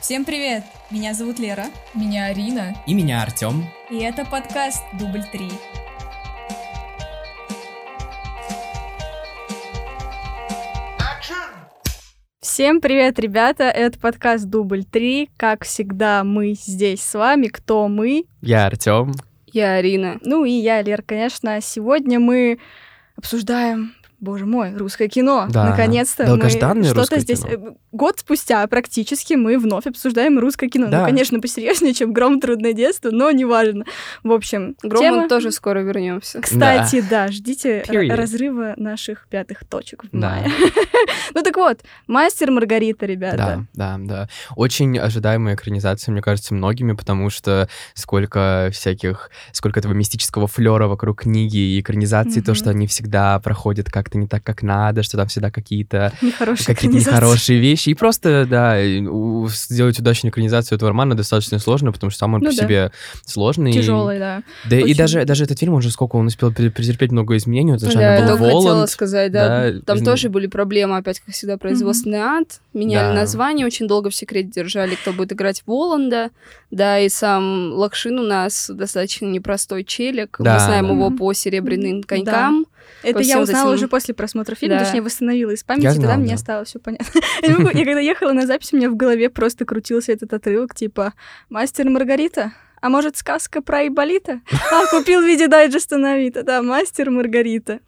Всем привет! Меня зовут Лера. Меня Арина. И меня Артём. И это подкаст «Дубль 3». Всем привет, ребята! Это подкаст «Дубль 3». Как всегда, мы здесь с вами. Кто мы? Я Артём. Я Арина. Ну и я, Лер, конечно. Сегодня мы обсуждаем... Боже мой, русское кино. Да. Наконец-то Долгожданное мы что-то русское здесь... кино. Год спустя практически мы вновь обсуждаем русское кино. Да. Ну, конечно, посерьезнее, чем «Гром. Трудное детство», но неважно. В общем, Гром тема... мы тоже скоро вернемся. Кстати, да, ждите Period. разрыва наших пятых точек в Да. мае. Ну так вот, «Мастер и Маргарита», ребята. Да. Очень ожидаемая экранизация, мне кажется, многими, потому что сколько этого мистического флера вокруг книги и экранизации, то, что они всегда проходят как-то не так, как надо, что там всегда какие-то нехорошие вещи. И просто, да, сделать удачную экранизацию этого романа достаточно сложно, потому что сам он по себе сложный. Тяжелый, да. Да, Очень. и даже этот фильм, он успел претерпеть много изменений. Вот Да, изначально я был только хотела Воланд. сказать, да. Там тоже были проблемы, опять, как всегда, производственный ад. Меняли Да. название, очень долго в секрете держали, кто будет играть Воланда. Да, и сам Лакшин у нас достаточно непростой челик. Да, Мы знаем да. его по серебряным конькам. Это по я всем узнала этим- уже после просмотра фильма, Да. точнее, восстановила из памяти, Я тогда знал, мне да. стало все понятно. Я не могу- я когда ехала на запись, у меня в голове просто крутился этот отрывок, типа «Мастер и Маргарита». А может, сказка про Айболита? А, купил в виде дайджеста на Авито. Да, «Мастер и Маргарита».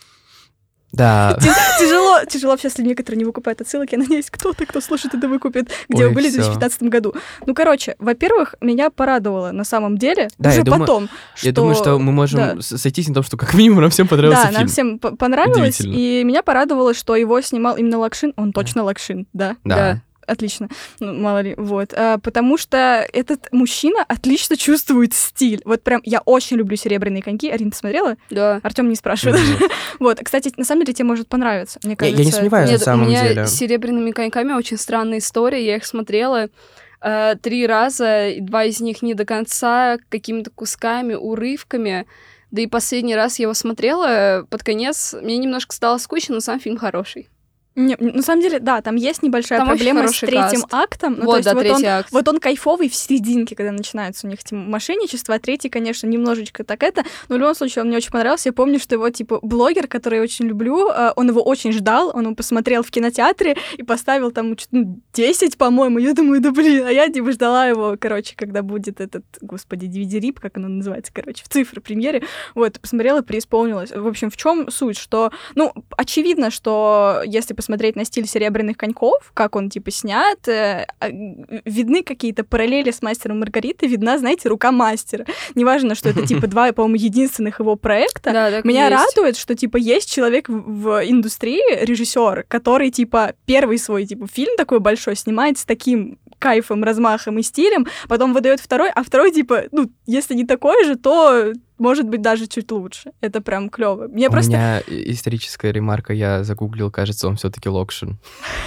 Да. Тяжело вообще с людьми, которые не выкупают отсылок. Я надеюсь, кто-то, кто слушает, это выкупит, где Ой, вы были в всё. 2015 году. Ну, короче, во-первых, меня порадовало на самом деле, Да, уже я думаю- потом, Я думаю, что мы можем да. сойтись на том, что как минимум нам всем понравился Да, фильм. нам всем понравилось, Удивительно. и меня порадовало, что его снимал именно Лакшин. Он точно Лакшин, да? Да. Отлично. Ну, мало ли, вот. Потому что этот мужчина отлично чувствует стиль. Вот прям, я очень люблю «Серебряные коньки». Арина, ты смотрела? Да. Артём не спрашивает. Мгм. Вот, кстати, на самом деле тебе может понравиться, мне кажется. Я не сомневаюсь, Нет, на самом у меня деле. с серебряными коньками очень странная история. Я их смотрела 3 раза, и 2 из них не до конца, какими-то кусками, урывками. Да и последний раз я его смотрела под конец. Мне немножко стало скучно, но сам фильм хороший. Не, на самом деле, да, там есть небольшая Там очень проблема с хороший третьим каст. актом. Ну, Вот, то есть да, вот третий акт. Вот он кайфовый в серединке, когда начинается у них эти мошенничества, а третий, конечно, немножечко так это, но в любом случае он мне очень понравился. Я помню, что его, типа, блогер, который я очень люблю, он его очень ждал, он его посмотрел в кинотеатре и поставил там 10, по-моему. Я думаю, да блин, а я, типа, ждала его, короче, когда будет этот, господи, DVD-рип, как оно называется, короче, в цифры премьере. Вот, посмотрела, преисполнилась. В общем, в чем суть? Что, ну, очевидно, что если посмотреть на стиль «Серебряных коньков», как он, типа, снят, видны какие-то параллели с «Мастером и Маргаритой», видна, знаете, рука мастера. Неважно, что это, типа, 2, по-моему, единственных его проекта. Да, так и Меня есть. радует, что, типа, есть человек в индустрии, режиссер, который, типа, первый свой, типа, фильм такой большой снимает с таким кайфом, размахом и стилем, потом выдает второй, а второй, типа, ну, если не такой же, то может быть даже чуть лучше. Это прям клево. Мне У просто... меня историческая ремарка, я загуглил, кажется, он все-таки Локшин.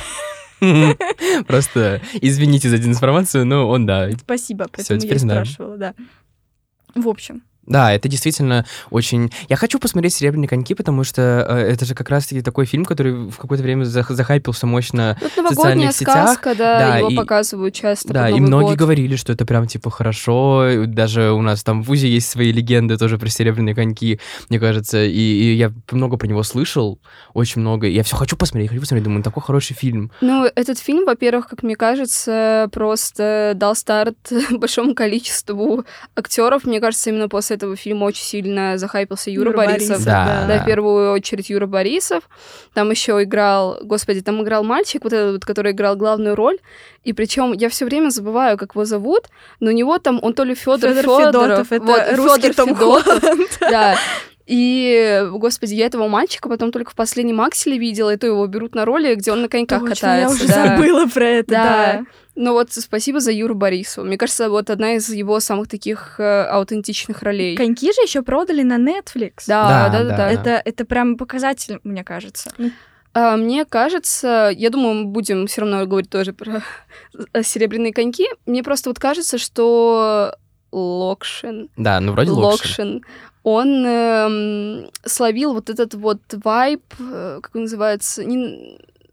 Просто извините за дезинформацию, но он, да. Спасибо, Всё, поэтому я теперь и знаем. спрашивала, да. В общем. Да, это действительно очень... Я хочу посмотреть «Серебряные коньки», потому что это же как раз-таки такой фильм, который в какое-то время захайпился мощно Вот в новогодняя социальных сетях. сказка, да, Да, его и- показывают часто Да, под и Новый многие год. говорили, что это прям, типа, хорошо. Даже у нас там в ВУЗе есть свои легенды тоже про «Серебряные коньки», мне кажется. И я много про него слышал, очень много. И я все хочу посмотреть, думаю, такой хороший фильм. Ну, этот фильм, во-первых, как мне кажется, просто дал старт большому количеству актеров. Мне кажется, именно после этого фильма очень сильно захайпился Юра Борисов. Да. Да, в первую очередь Юра Борисов. Там еще играл, господи, там играл мальчик, вот этот, вот, который играл главную роль. И причем я все время забываю, как его зовут, но у него там, он то ли Федор Федоров, это вот, русский Фёдор Том Федотов, Холланд. да. И, господи, я этого мальчика потом только в последнем Акселе видела, и то его берут на роли, где он на коньках Точно, катается. я уже да. забыла про это, Да. да. Ну вот спасибо за Юру Борисову. Мне кажется, вот одна из его самых таких аутентичных ролей. Коньки же еще продали на Netflix. Да. Это прям показатель, мне кажется. Ну, Мне кажется, я думаю, мы будем все равно говорить тоже про серебряные коньки. Мне просто вот кажется, что Локшин, Да, ну вроде Локшин. он словил вот этот вот вайб, как он называется,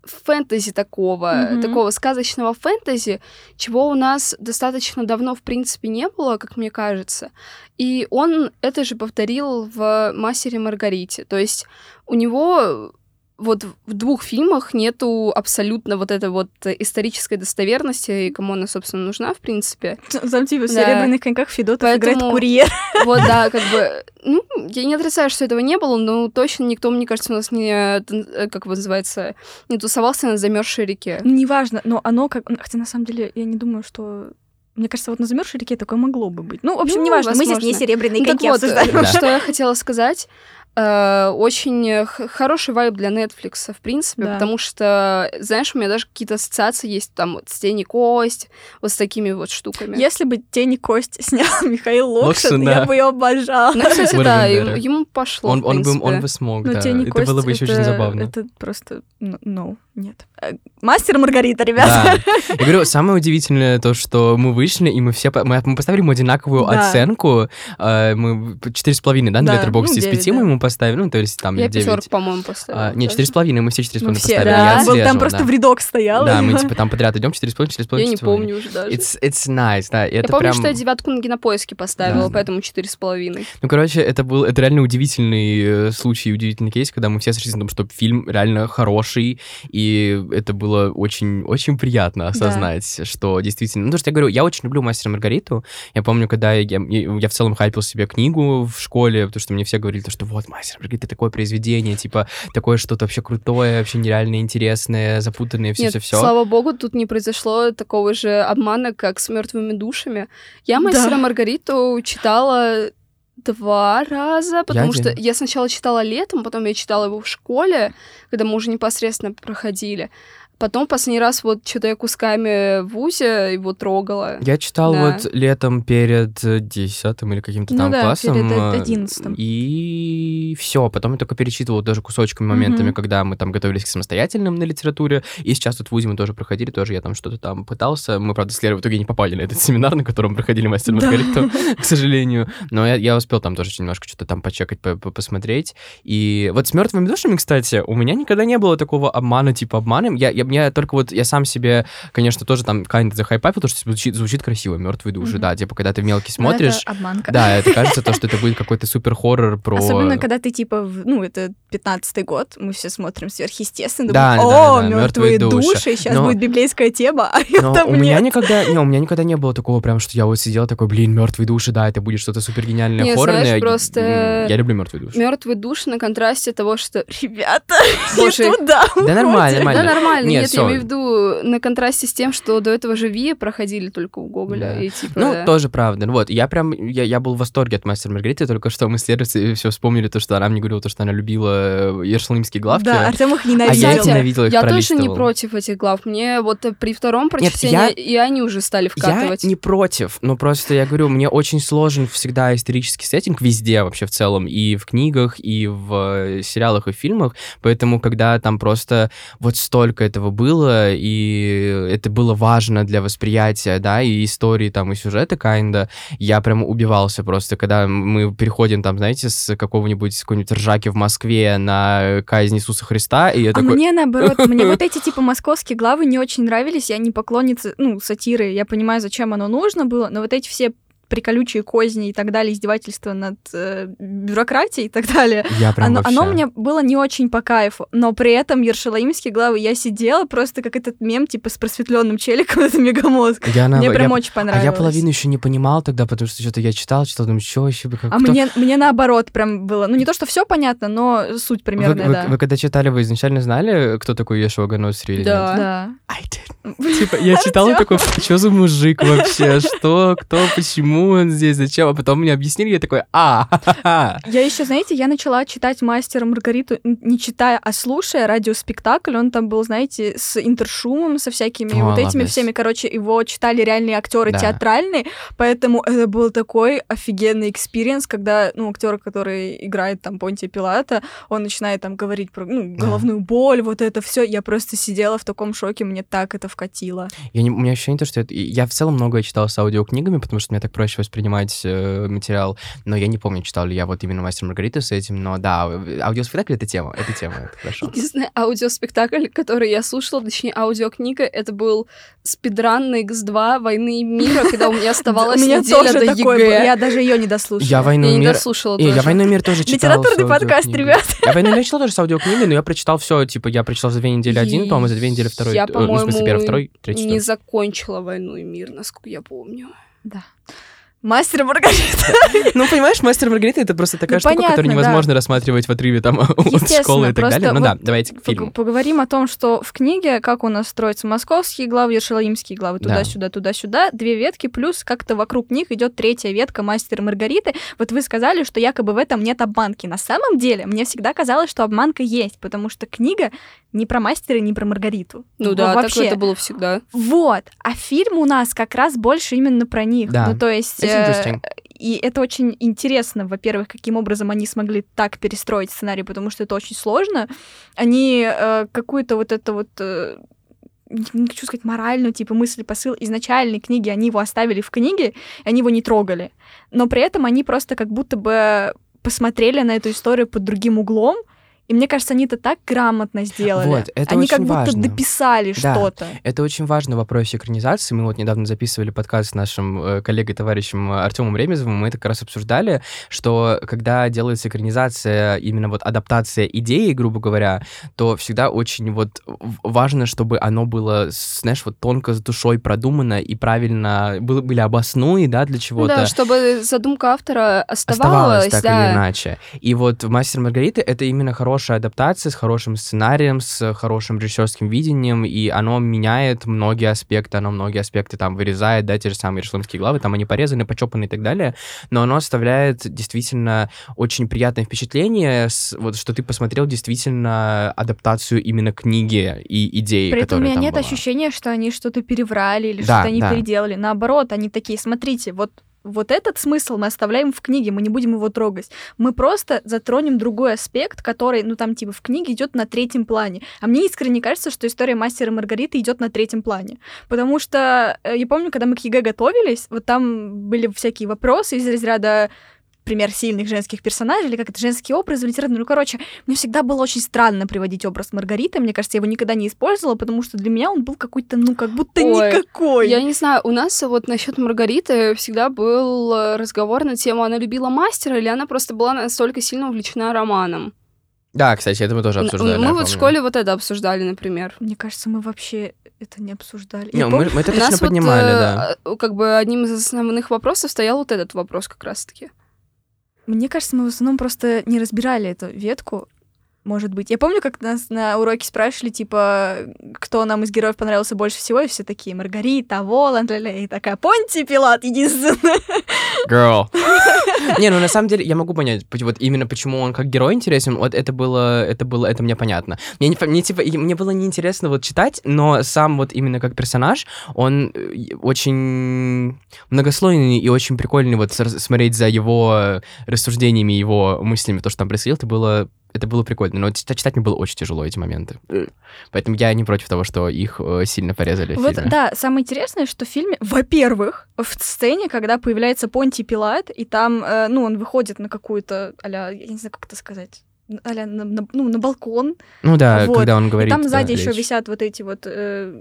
фэнтези такого сказочного фэнтези, чего у нас достаточно давно, в принципе, не было, как мне кажется. И он это же повторил в «Мастере и Маргарите». То есть у него вот в 2 фильмах нету абсолютно вот этой вот исторической достоверности, и кому она, собственно, нужна, в принципе. Там типа в «Серебряных коньках» Федотов играет курьер. Вот, да, как бы... Ну, я не отрицаю, что этого не было, но точно никто, мне кажется, у нас не... Как его называется? Не тусовался на замерзшей реке. Неважно, но оно как... Хотя, на самом деле, я не думаю, что... Мне кажется, вот на замерзшей реке такое могло бы быть. Ну, в общем, неважно, мы здесь не «Серебряные коньки» обсуждаем. Что я хотела сказать... Очень хороший вайб для Netflix, в принципе, потому что, знаешь, у меня даже какие-то ассоциации есть там вот с «Тень и кость», вот с такими вот штуками. Если бы «Тень и кость» снял Михаил Локшин, я бы ее обожала. Ну, кстати, да, ему пошло, в принципе. Он бы смог, да. «Тень и кость» это было бы еще очень забавно. Это просто... нет. «Мастер и Маргарита», ребята. Да. Я говорю, самое удивительное то, что мы вышли, и мы поставили ему одинаковую оценку. Мы 4,5, да, на Letterboxd из 5 мы ему поставили, ну, то есть там 9. Я 5, по-моему, поставила. Нет, 4,5, мы все 4,5 поставили. Да, там просто в рядок стоял. Да, мы типа там подряд идем 4,5. Я не помню уже даже. It's nice, да. Я помню, что я 9 на Кинопоиске поставила, поэтому 4,5. Ну, короче, это реально удивительный случай, удивительный кейс, когда мы все сошлись на том, что фильм реально хороший, и это было очень приятно осознать, что действительно... Ну, то, что я говорю, я очень люблю «Мастера и Маргариту». Я помню, когда я в целом хайпил себе книгу в школе, потому что мне все говорили, что вот, «Мастер и Маргарита» такое произведение, типа, такое что-то вообще крутое, вообще нереально интересное, запутанное, все-все-все. Нет, слава богу, тут не произошло такого же обмана, как с «Мертвыми душами». Я «Мастера и Маргариту» читала 2 раза, потому что я сначала читала летом, потом я читала его в школе, когда мы уже непосредственно проходили. Потом последний раз вот что-то я кусками в ВУЗе его трогала. Я читал вот летом перед 10 или каким-то там классом. Перед 11. И все. Потом я только перечитывал даже кусочками, моментами, когда мы там готовились к самостоятельным на литературе. И сейчас вот в ВУЗе мы тоже проходили, тоже я там что-то там пытался. Мы, правда, с Лерой в итоге не попали на этот семинар, на котором проходили «Мастер и Маргариту», к сожалению. Но я успел там тоже немножко что-то там почекать, посмотреть. И вот с «Мертвыми душами», кстати, у меня никогда не было такого обмана, типа обманом. Я только вот, я сам себе, конечно, тоже там kind of захайпапил, потому что звучит красиво, «Мертвые души», да, типа, когда ты мелкий смотришь. Это обманка. Да, это кажется то, что это будет какой-то супер-хоррор про... Особенно, когда ты, типа, это 15-й год, мы все смотрим «Сверхъестественно», думаем, «Мертвые души», сейчас будет библейская тема, а но там у меня никогда не было такого прям, что я вот сидел такой, «Мертвые души», да, это будет что-то супер гениальное, хоррорное. Знаешь, просто... Я люблю «Мертвые души». «Мертвые души» на контрасте того, что... Ребята, не туда уходим. Да нормально. Да нормально, нет, я имею в виду на контрасте с тем, что до этого же «Ви» проходили только у Гоголя. Да. И, типа, ну, тоже правда. Вот, я был в восторге от «Мастера и Маргариты», только что мы с Лерой все вспомнили то, что она мне говорила, то, что она любила иерусалимские главки. Да, Артем их ненавидел. А я ненавидела их, я тоже не против этих глав. Мне вот при втором прочтении и они уже стали вкатывать. Я не против, но просто я говорю, мне очень сложен всегда исторический сеттинг везде вообще в целом, и в книгах, и в сериалах, и в фильмах, поэтому когда там просто вот столько этого было, и это было важно для восприятия, да, и истории там, и сюжета kinda, я прям убивался просто, когда мы переходим там, знаете, с какой-нибудь ржаки в Москве на казнь Иисуса Христа, и я такой... мне наоборот, мне вот эти типа московские главы не очень нравились, я не поклонница, сатиры, я понимаю, зачем оно нужно было, но вот эти все приколючие козни и так далее, издевательства над бюрократией и так далее. Оно мне было не очень по кайфу, но при этом Иерусалимские главы я сидела просто как этот мем, типа с просветленным челиком, это мегамозг. Мне прям очень понравилось. А я половину еще не понимал тогда, потому что что-то я читал, думаю, что вообще... Мне наоборот прям было, не то, что все понятно, но суть примерная, да. Вы когда читали, вы изначально знали, кто такой Йешуа Ганосри или нет? Да. Типа, я читала такой, что за мужик вообще, что, кто, почему он здесь, зачем, а потом мне объяснили, я такой, Я еще, знаете, я начала читать «Мастера и Маргариту» не читая, а слушая радиоспектакль, он там был, знаете, с интершумом, со всякими этими всеми, короче, его читали реальные актеры театральные, поэтому это был такой офигенный экспириенс, когда, актер, который играет там Понтия Пилата, он начинает там говорить про головную боль, вот это все, я просто сидела в таком шоке, мне так это вкатило. У меня ощущение, что я в целом многое читала с аудиокнигами, потому что мне так проще проще воспринимать материал. Но я не помню, читал ли я вот именно «Мастер и Маргарита» с этим, но да, аудиоспектакль — это тема, это хорошо. Единственный аудиоспектакль, который я слушала, точнее, аудиокнига, это был спидран на X2 «Войны и мира», когда у меня оставалась неделя до ЕГЭ. Я даже ее не дослушала. Я «Войну и не мир» дослушала тоже. Я «Войну и мир» тоже читал. Литературный подкаст, ребят. Я «Войну и мир» читал тоже с аудиокнигой, но я прочитал все, типа, я прочитал за 2 недели один, по-моему, за 2 недели второй. Я, Ну, в смысле, первый, второй, третий, не четвертый. закончила «Войну и мир», насколько я помню. Да. «Мастер и Маргарита». Ну, понимаешь, «Мастер и Маргарита» — это просто такая штука, понятно, которую невозможно рассматривать в отрыве там от школы и так далее. Ну да, давайте к фильму. Поговорим о том, что в книге, как у нас строятся московские главы, иерусалимские главы, туда-сюда, туда-сюда, 2 ветки, плюс как-то вокруг них идет 3-я ветка «Мастер и Маргариты». Вот вы сказали, что якобы в этом нет обманки. На самом деле, мне всегда казалось, что обманка есть, потому что книга не про мастера, не про Маргариту. Ну да, вообще. так это было всегда. Вот. А фильм у нас как раз больше именно про них. Да. Ну, то есть... И это очень интересно, во-первых, каким образом они смогли так перестроить сценарий, потому что это очень сложно. Они какую-то вот это вот... не хочу сказать моральную, типа, мысль, посыл изначальной книги, они его оставили в книге, и они его не трогали. Но при этом они просто как будто бы посмотрели на эту историю под другим углом, и мне кажется, они это так грамотно сделали. Вот, это они очень как будто важно. дописали Да. что-то. Это очень важно в вопросе экранизации. Мы вот недавно записывали подкаст с нашим коллегой, товарищем Артемом Ремезовым, мы это как раз обсуждали, что когда делается экранизация, именно вот адаптация идеи, грубо говоря, то всегда очень вот важно, чтобы оно было, знаешь, вот тонко с душой продумано и правильно были обоснуи, да, для чего-то. Да, чтобы задумка автора оставалась так да. или иначе. И вот «Мастер и Маргарита» — это именно хорошая адаптация с хорошим сценарием, с хорошим режиссерским видением, и оно меняет многие аспекты там вырезает, да, те же самые иерусалимские главы, там они порезаны, почёпаны и так далее, но оно оставляет действительно очень приятное впечатление, вот, что ты посмотрел действительно адаптацию именно книги и идеи, При этом у которая меня там нет была. ощущения, что они что-то переврали или Да, что-то они да. переделали. Наоборот, они такие, смотрите, вот этот смысл мы оставляем в книге, мы не будем его трогать. Мы просто затронем другой аспект, который, ну, там, типа, в книге идет на 3-м плане. А мне искренне кажется, что история «Мастера и Маргариты» идет на 3-м плане. Потому что я помню, когда мы к ЕГЭ готовились, вот там были всякие вопросы из разряда пример сильных женских персонажей, или как это, женские образы в литературе. Ну, короче, мне всегда было очень странно приводить образ Маргариты. Мне кажется, я его никогда не использовала, потому что для меня он был какой-то, ну, как будто никакой. Я не знаю, у нас вот насчет Маргариты всегда был разговор на тему, она любила мастера, или она просто была настолько сильно увлечена романом. Да, кстати, это мы тоже обсуждали. Мы вот в школе вот это обсуждали, например. Мне кажется, мы вообще это не обсуждали. Не, мы это У точно нас поднимали, да. Как бы одним из основных вопросов стоял вот этот вопрос как раз-таки. Мне кажется, мы в основном просто не разбирали эту ветку, может быть. Я помню, как нас на уроке спрашивали, типа, кто нам из героев понравился больше всего, и все такие: Маргарита, Воланд, и такая: Понтий Пилат, единственная. Girl. Не, ну на самом деле я могу понять, вот именно почему он как герой интересен, вот это мне понятно. Мне было неинтересно вот читать, но сам вот именно как персонаж, он очень многослойный и очень прикольный вот смотреть за его рассуждениями, его мыслями, то, что там происходило, это было прикольно, но читать мне было очень тяжело эти моменты. Поэтому я не против того, что их сильно порезали в вот, фильме. да, самое интересное, что в фильме, во-первых, в сцене, когда появляется Понтий Пилат, и там, он выходит на какую-то, я не знаю, как это сказать, на балкон. Ну да, вот. когда он говорит. И там сзади речь. еще висят вот эти вот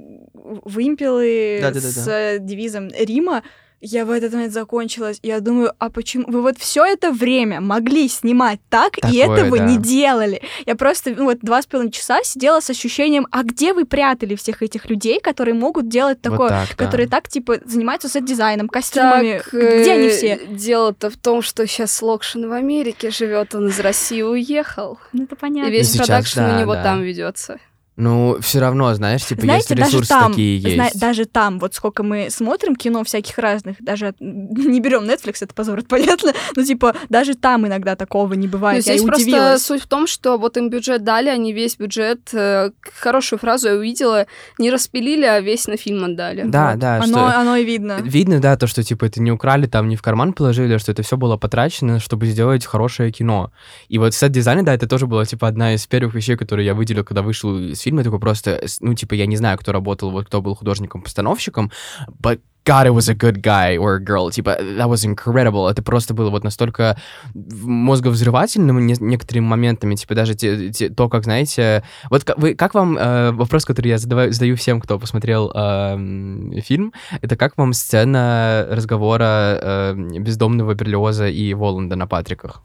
вымпелы с девизом Рима. Я в этот момент закончилась. Я думаю, а почему вы вот все это время могли снимать так, и этого не делали? Я просто 2,5 часа сидела с ощущением, а где вы прятали всех этих людей, которые могут делать такое, вот так, которые так, типа, занимаются сет-дизайном, костюмами? Так, где они все? Дело-то в том, что сейчас Локшин в Америке живет, он из России уехал. Ну, это понятно. И весь сейчас, продакшн у него там ведется. Ну, все равно, знаешь, типа, знаете, если ресурсы даже там, такие есть. Даже там, вот сколько мы смотрим кино всяких разных, даже не берем Netflix, это позор, это понятно, но типа даже там иногда такого не бывает. Ну, я здесь удивилась. просто суть в том, что вот им бюджет дали, они весь бюджет, хорошую фразу я увидела, не распилили, а весь на фильм отдали. Да, вот. да. Оно и видно. Видно, да, то, что типа это не украли, там не в карман положили, а что это все было потрачено, чтобы сделать хорошее кино. И вот сет-дизайн, да, это тоже была типа одна из первых вещей, которые я выделил, когда вышел из фильма, такой просто, ну, типа, я не знаю, кто работал, вот кто был художником-постановщиком, God, it was a good guy or a girl. Типа, that was incredible. Это просто было вот настолько мозговзрывательным некоторыми моментами. Типа, даже то, как, знаете... Вот как вам... вопрос, который я задаю всем, кто посмотрел фильм, это как вам сцена разговора бездомного Берлиоза и Воланда на Патриках?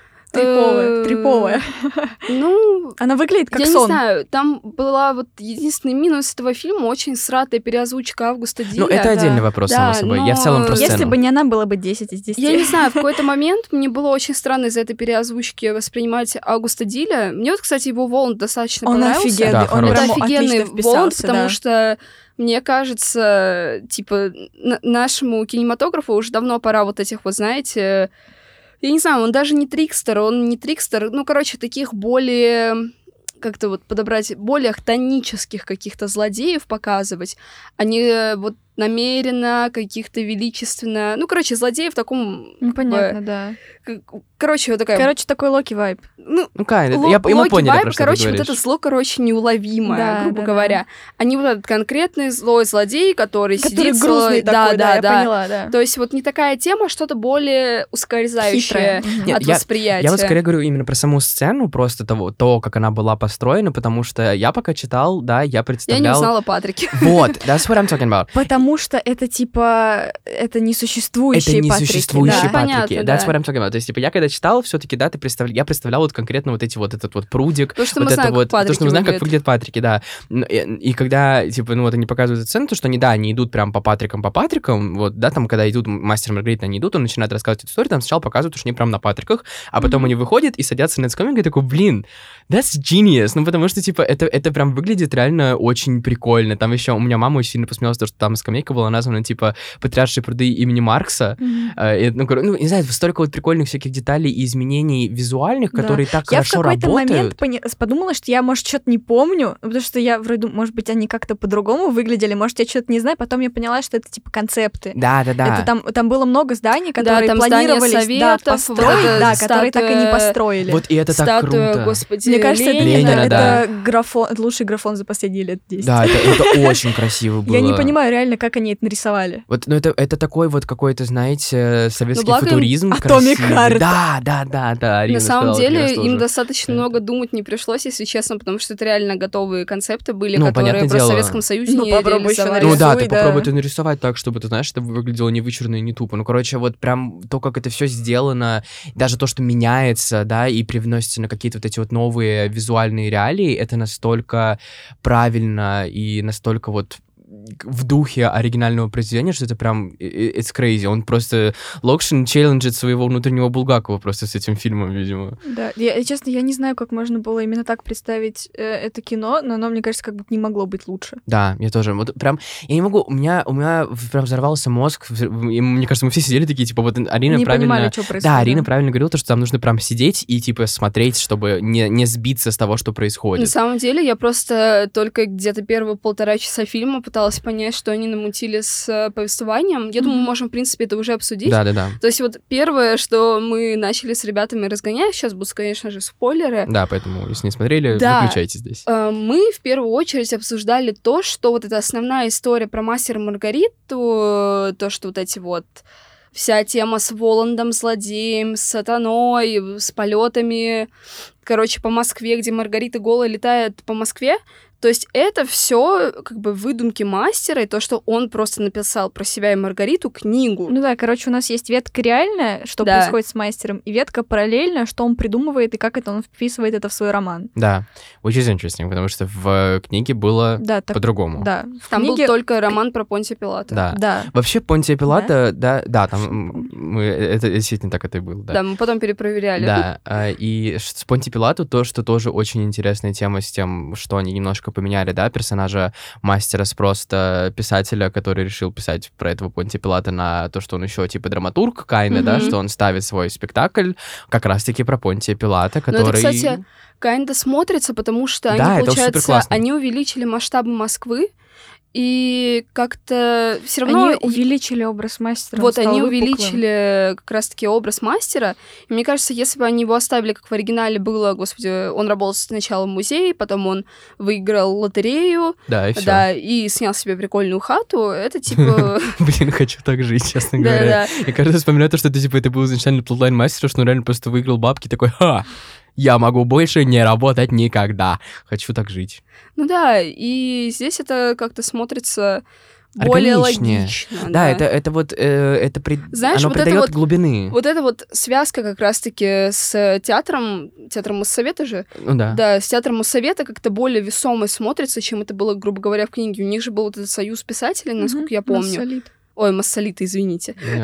Триповая. Ну, она выглядит как я сон. Не знаю, там была вот единственный минус этого фильма, очень сратая переозвучка Августа Диля. Ну, это отдельный вопрос, само собой. Я в целом про сцену. Если бы не она, было бы 10 из 10. Я не знаю, в какой-то момент мне было очень странно из-за этой переозвучки воспринимать Августа Диля. Мне вот, кстати, его Воланд достаточно понравился. Офигенный, да, он это прям офигенный Воланд, потому да. что мне кажется, типа, нашему кинематографу уже давно пора вот этих вот, знаете... Я не знаю, он даже не трикстер, ну, короче, таких более, как-то вот подобрать, более хтонических каких-то злодеев показывать, а не вот намеренно, каких-то величественно, ну, короче, злодеи в таком... Понятно, да. Короче, вот такая... Короче, такой Локи-вайб. Ну, мы поняли, вайб, про что короче, ты вот говоришь. это зло, короче, неуловимое, грубо говоря. А не вот этот конкретный злой злодей, который сидит... грустный такой, да, я поняла, да. То есть вот не такая тема, что-то более ускользающее от восприятия. Я вот скорее говорю именно про саму сцену, просто то, как она была построена, потому что я пока читал, да, я представлял... Я не узнала Патрике. Вот, that's what I'm talking about. Потому что это, типа, это несуществующие Патрики. Это несуществующие да. Патрики. Понятно, That's да. what I'm talking about. То есть, типа, я когда читал, все-таки, да, я представлял вот конкретно вот этот вот прудик. То, что вот мы знаем, как Патрики то, что мы знаем, как выглядят. выглядят Патрики, да. И когда, типа, ну вот они показывают сцену, то, что они, да, они идут прям по Патрикам, вот, да, там, когда идут Мастер и Маргарита, они идут, он начинает рассказывать эту историю, там сначала показывают, что они прям на Патриках, а потом они выходят и садятся на скамейку, и такой, блин, that's genius. Ну, потому что, типа, это прям выглядит реально очень прикольно. Там еще у меня мама очень сильно посмеялась, что там скамейка была названа, типа, «Потрясшие пруды» имени Маркса. Ну, не знаю, столько вот прикольных всяких деталей и изменений визуальных, которые так хорошо работают. Я в какой-то момент подумала, что я, может, что-то не помню, потому что я вроде, может быть, они как-то по-другому выглядели, может, я что-то не знаю, потом я поняла, что это, типа, концепты. Да. Это там было много зданий, которые там планировались советов, построить, вот да, которые так и не построили. Вот и это так круто. Господи, Мне кажется, Ленина, это графон, это лучший графон за последние лет 10. Да, это очень красиво было. Я не понимаю реально, как они это нарисовали. Вот, ну это такой вот какой-то, знаете, советский благо футуризм Atomic красивый. Heart. Да. Арина На самом сказала деле как раз им тоже. достаточно много думать не пришлось, если честно, потому что это реально готовые концепты были, Ну, которые понятное просто в дело. Советском Союзе Ну, не попробуй еще реализовали. Ну да, нарисуй, ты да. попробуй это нарисовать так, чтобы, ты знаешь, это выглядело не вычурно и не тупо. Ну, короче, вот прям то, как это все сделано, даже то, что меняется, да, и привносится на какие-то вот эти вот новые визуальные реалии, это настолько правильно и настолько вот в духе оригинального произведения, что это прям it's crazy. Он просто Локшин челленджит своего внутреннего Булгакова просто с этим фильмом, видимо. Да, честно, я не знаю, как можно было именно так представить это кино, но оно, мне кажется, как будто не могло быть лучше. Да, я тоже. Вот прям, я не могу, у меня прям взорвался мозг, и мне кажется, мы все сидели такие, типа, вот Арина не правильно... понимали, что происходит. Да, Арина правильно говорила, что там нужно прям сидеть и, типа, смотреть, чтобы не сбиться с того, что происходит. На самом деле, я просто только где-то первые 1,5 часа фильма пыталась понять, что они намутили с повествованием. Я думаю, мы можем, в принципе, это уже обсудить. Да. То есть вот первое, что мы начали с ребятами разгонять, сейчас будут, конечно же, спойлеры. Да, поэтому, если не смотрели, Да. выключайте здесь. Мы в первую очередь обсуждали то, что вот эта основная история про Мастера и Маргариту, то, что вот эти вот вся тема с Воландом, злодеем, с сатаной, с полетами, короче, по Москве, где Маргарита голая летает по Москве. То есть это все как бы выдумки мастера, и то, что он просто написал про себя и Маргариту книгу. Ну да, короче, у нас есть ветка реальная, что Да. происходит с мастером, и ветка параллельная, что он придумывает и как это он вписывает это в свой роман. Да, which is interesting, потому что в книге было Да, так, по-другому. да. В Там книге... был только роман про Понтия Пилата. Да. Да. Вообще, Понтия Пилата, да, там это действительно так это и было, да. Да, мы потом перепроверяли. Да, и с Понти Пилату то, что тоже очень интересная тема с тем, что они немножко поменяли, да, персонажа мастера с просто писателя, который решил писать про этого Понти Пилата на то, что он еще типа драматург, да, что он ставит свой спектакль как раз-таки про Понтия Пилата, который... Но это, кстати, kinda смотрится, потому что Да, они, это получается, суперклассно. они увеличили масштабы Москвы, И как-то все равно... Они увеличили образ мастера. Вот, они увеличили как раз-таки образ мастера. И мне кажется, если бы они его оставили, как в оригинале было, господи, он работал сначала в музее, потом он выиграл лотерею, Да, и всё. да, и снял себе прикольную хату, это типа... Блин, хочу так жить, честно говоря. Я каждый раз вспоминаю то, что это был изначально плотлайн мастера, что он реально просто выиграл бабки, такой, ха, я могу больше не работать никогда. Хочу так жить. Ну да, и здесь это как-то смотрится более Органичнее. логично. Да, это вот, Знаешь, оно вот это придает вот- глубины. Вот эта вот связка как раз-таки с театром Моссовета же, Ну да. да, с театром Моссовета как-то более весомо смотрится, чем это было, грубо говоря, в книге. У них же был вот этот союз писателей, насколько я помню. Ой, Массолиты, извините. Да.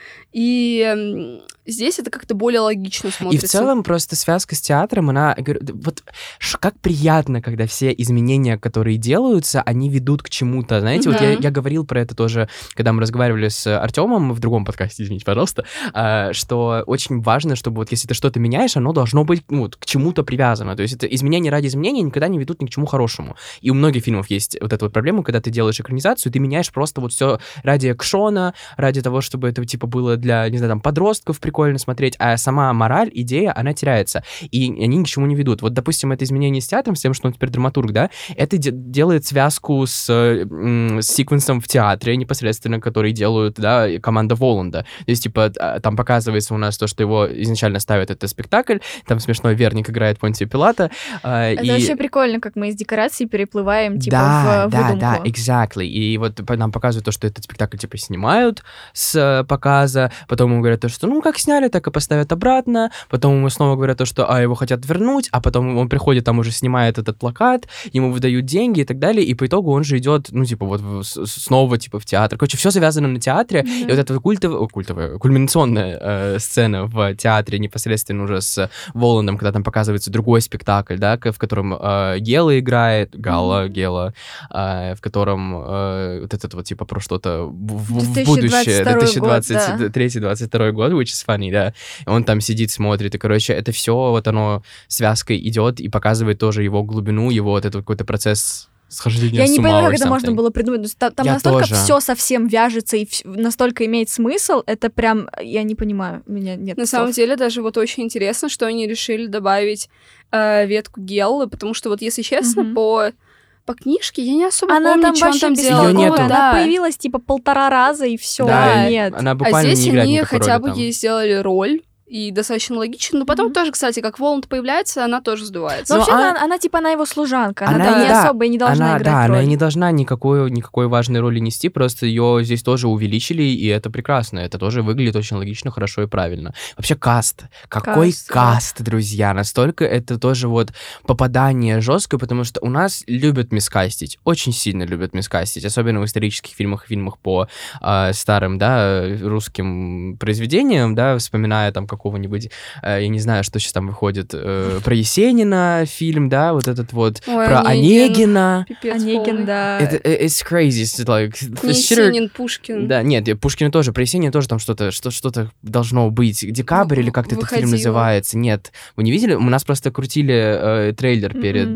И здесь это как-то более логично И смотрится. в целом просто связка с театром, она... Вот как приятно, когда все изменения, которые делаются, они ведут к чему-то. Знаете, вот я говорил про это тоже, когда мы разговаривали с Артемом в другом подкасте, извините, пожалуйста, что очень важно, чтобы вот если ты что-то меняешь, оно должно быть к чему-то привязано. То есть это изменения ради изменения никогда не ведут ни к чему хорошему. И у многих фильмов есть вот эта вот проблема, когда ты делаешь экранизацию, ты меняешь просто вот все ради экшона, ради того, чтобы это типа было для, не знаю, там, подростков прикольно смотреть, а сама мораль, идея, она теряется. И они ни к чему не ведут. Вот, допустим, это изменение с театром, с тем, что он теперь драматург, да, это делает связку с секвенсом в театре непосредственно, который делают, да, команда Воланда. То есть, типа, там показывается у нас то, что его изначально ставят это спектакль, там смешной Верник играет Понтия Пилата. Это вообще прикольно, как мы из декораций переплываем, типа, да, в выдумку. Да, exactly. И вот нам показывают то, что этот спектакль, типа, снимают с показа, потом ему говорят то, что, ну, как сняли, так и поставят обратно, потом ему снова говорят то, что, его хотят вернуть, а потом он приходит, там уже снимает этот плакат, ему выдают деньги и так далее, и по итогу он же идет, ну, типа, вот снова, типа, в театр. Короче, все завязано на театре, и вот эта культовая, кульминационная сцена в театре непосредственно уже с Воландом, когда там показывается другой спектакль, да, в котором Гела играет, Гела, в котором вот этот вот, типа, про что-то в будущее, 2023-2022 год, which is funny, да. Он там сидит, смотрит, и, короче, это все вот оно связкой идет и показывает тоже его глубину, его вот этот какой-то процесс схождения Я с не ума понимаю, or как это можно something. было придумать. Там Я настолько тоже. все совсем вяжется и настолько имеет смысл, это прям, я не понимаю, у меня нет На слов. самом деле, даже вот очень интересно, что они решили добавить ветку Геллы, потому что вот, если честно, по книжке я не особо Она помню, там что он вообще там без делал. Её нету. толковая, Да. она появилась типа 1,5 раза и все. Да, Нет. она А буквально здесь не играет они никакой хотя роли бы там. ей сделали роль, и достаточно логично. Но потом тоже, кстати, как Воланд появляется, она тоже сдувается. Но Ну, вообще она типа, она его служанка, она Она там не да, особо и не должна она, играть да, роль. она и не должна никакой важной роли нести, просто ее здесь тоже увеличили, и это прекрасно. Это тоже выглядит очень логично, хорошо и правильно. Вообще каст. Какой Каст, каст, друзья. Настолько это тоже вот попадание жесткое, потому что у нас любят мискастить. Очень сильно любят мискастить. Особенно в исторических фильмах по старым, да, русским произведениям, да, вспоминая там какого-нибудь, я не знаю, что сейчас там выходит, про Есенина фильм, да, вот этот вот, Ой, про Онегина. Пипец Онегин, полный. да. Это it's crazy, it's like Не this shit are- Есенин, Пушкин. Да, нет, Пушкина тоже, про Есенина тоже там что-то должно быть. Декабрь или как-то этот фильм Выходило. называется. Нет, вы не видели? У нас просто крутили трейлер перед...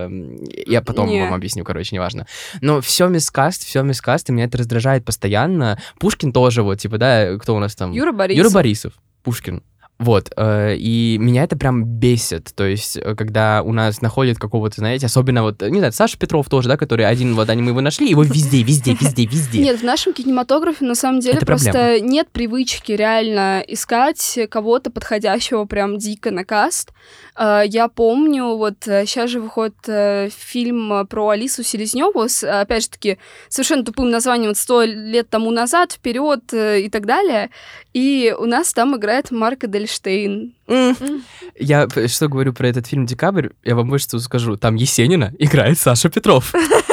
я потом Не. вам объясню, короче, неважно. Но все мискаст, и меня это раздражает постоянно. Пушкин тоже, вот, типа, да, кто у нас там? Юра Борисов. Юра Борисов, Пушкин. Вот, и меня это прям бесит, то есть, когда у нас находят какого-то, знаете, особенно вот, не знаю, Саша Петров тоже, да, который один, вот, мы его нашли, его везде. Нет, в нашем кинематографе на самом деле Это просто проблема. нет привычки реально искать кого-то подходящего прям дико на каст. Я помню, вот сейчас же выходит фильм про Алису Селезнёву с, опять же таки, совершенно тупым названием вот 100 лет тому назад, вперед и так далее. И у нас там играет Марк Эдельштейн. Я что говорю про этот фильм «Декабрь», я вам больше скажу. Там Есенина играет Саша Петров.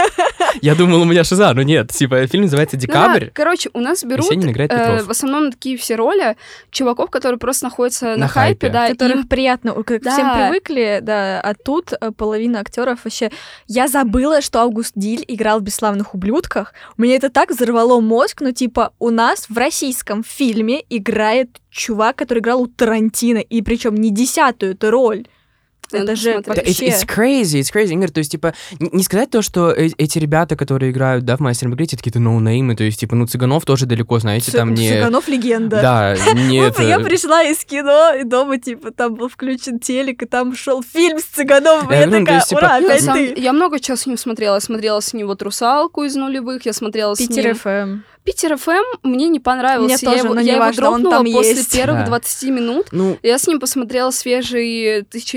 Я думал, у меня шиза, но нет. Типа, фильм называется Ну да, «Декабрь». короче, у нас берут Есенин играет Петров. в основном такие все роли чуваков, которые просто находятся на хайпе, да, которых им- приятно, как Да. всем привыкли, да, а тут половина актеров вообще... Я забыла, что Аугуст Диль играл в «Бесславных ублюдках». Мне это так взорвало мозг, но типа у нас в российском фильме играет чувак, который играл у Тарантино, и причем не 10-ю эту роль. Это же посмотреть. вообще... It's crazy, Игорь, то есть, типа, не сказать то, что эти ребята, которые играют, да, в «Мастере и Маргарите», какие-то ноунеймы, то есть, типа, ну, Цыганов тоже далеко, знаете, там не... Цыганов легенда. Да, нет... Я пришла из кино, и дома, типа, там был включен телек, и там шел фильм с Цыгановым, и я ну, то такая, есть, типа, ура, Я, опять сам- ты. я много чего с ним смотрела. Я смотрела с ним вот «Русалку» из нулевых, я смотрела с Питер ним... ФМ. Питер ФМ мне не понравился. Мне тоже, но я его неважно, он дропнула там после есть. первых Да. 20 минут. Ну, Я с ним посмотрела свежий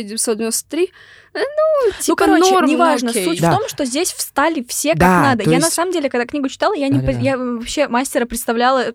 1993. Ну, Типа короче, норм, неважно. окей. Суть Да. в том, что здесь встали все как Да, надо. то Я на есть- самом деле, когда книгу читала, я, не, Да-да-да. я вообще Мастера представляла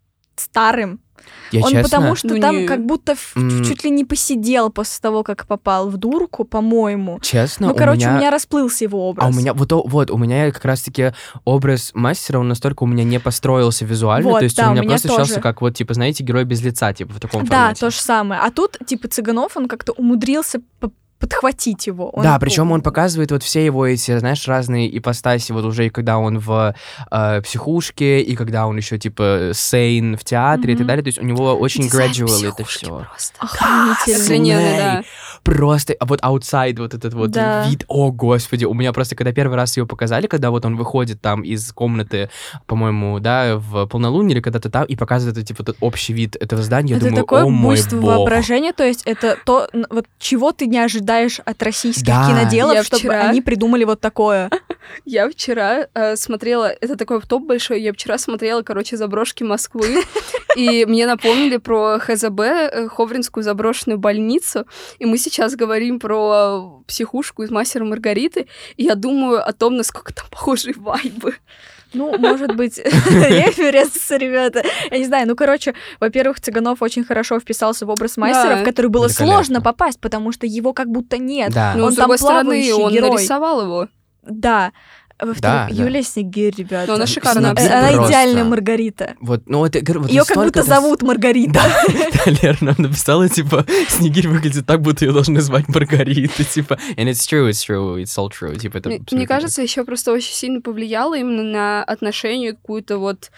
старым. я Он честно... потому что Ну, там не- как будто чуть ли не посидел после того, как попал в дурку, по-моему. Честно, Ну, короче, у меня расплылся его образ. А у меня, вот, у меня как раз-таки образ Мастера, он настолько у меня не построился визуально, Вот, то есть да, он у у меня меня просто тоже. ощущался как вот, типа, знаете, герой без лица, типа, в таком Да, формате. то же самое. А тут, типа, Цыганов, он как-то умудрился подхватить его. Да, причем он показывает вот все его эти, знаешь, разные ипостаси, вот уже и когда он в психушке, и когда он еще типа сейн в театре и так далее, то есть у него очень gradual это все. Охренительно. Охрененный, да. Просто, а вот outside вот этот вот Да. вид, о господи, у меня просто, когда первый раз его показали, когда вот он выходит там из комнаты, по-моему, да, в полнолуние или когда-то там, и показывает, типа, тот общий вид этого здания, я Это думаю, такое о мой буйство бог. воображения, то есть это то, вот чего ты не ожидаешь от российских Да. киноделов, Я чтобы вчера- они придумали вот такое. Я вчера смотрела, это такой топ большой, я вчера смотрела, короче, заброшки Москвы, и мне напомнили про ХЗБ, Ховринскую заброшенную больницу, и мы сейчас говорим про психушку из «Мастера и Маргариты», и я думаю о том, насколько там похожие вайбы. Ну, может быть, референсы, ребята. Я не знаю, ну, короче, во-первых, Цыганов очень хорошо вписался в образ Мастера, Да. в который было Великолепно. сложно попасть, потому что его как будто нет. Да. Но, Он с там другой стороны, плавающий он герой. нарисовал его. Да. Во-вторых, Да, да. Юлия Снегирь, ребята. Но она шикарная. Снегирь Она просто. идеальная Маргарита. Вот, ну, это, вот Ее как настолько будто это зовут Маргарита. Да, Лера нам написала, типа, Снегирь выглядит так, будто ее должны звать Маргарита, типа, and it's true, it's all true, типа, это Мне абсолютно кажется, еще просто очень сильно повлияло именно на отношение, какую-то вот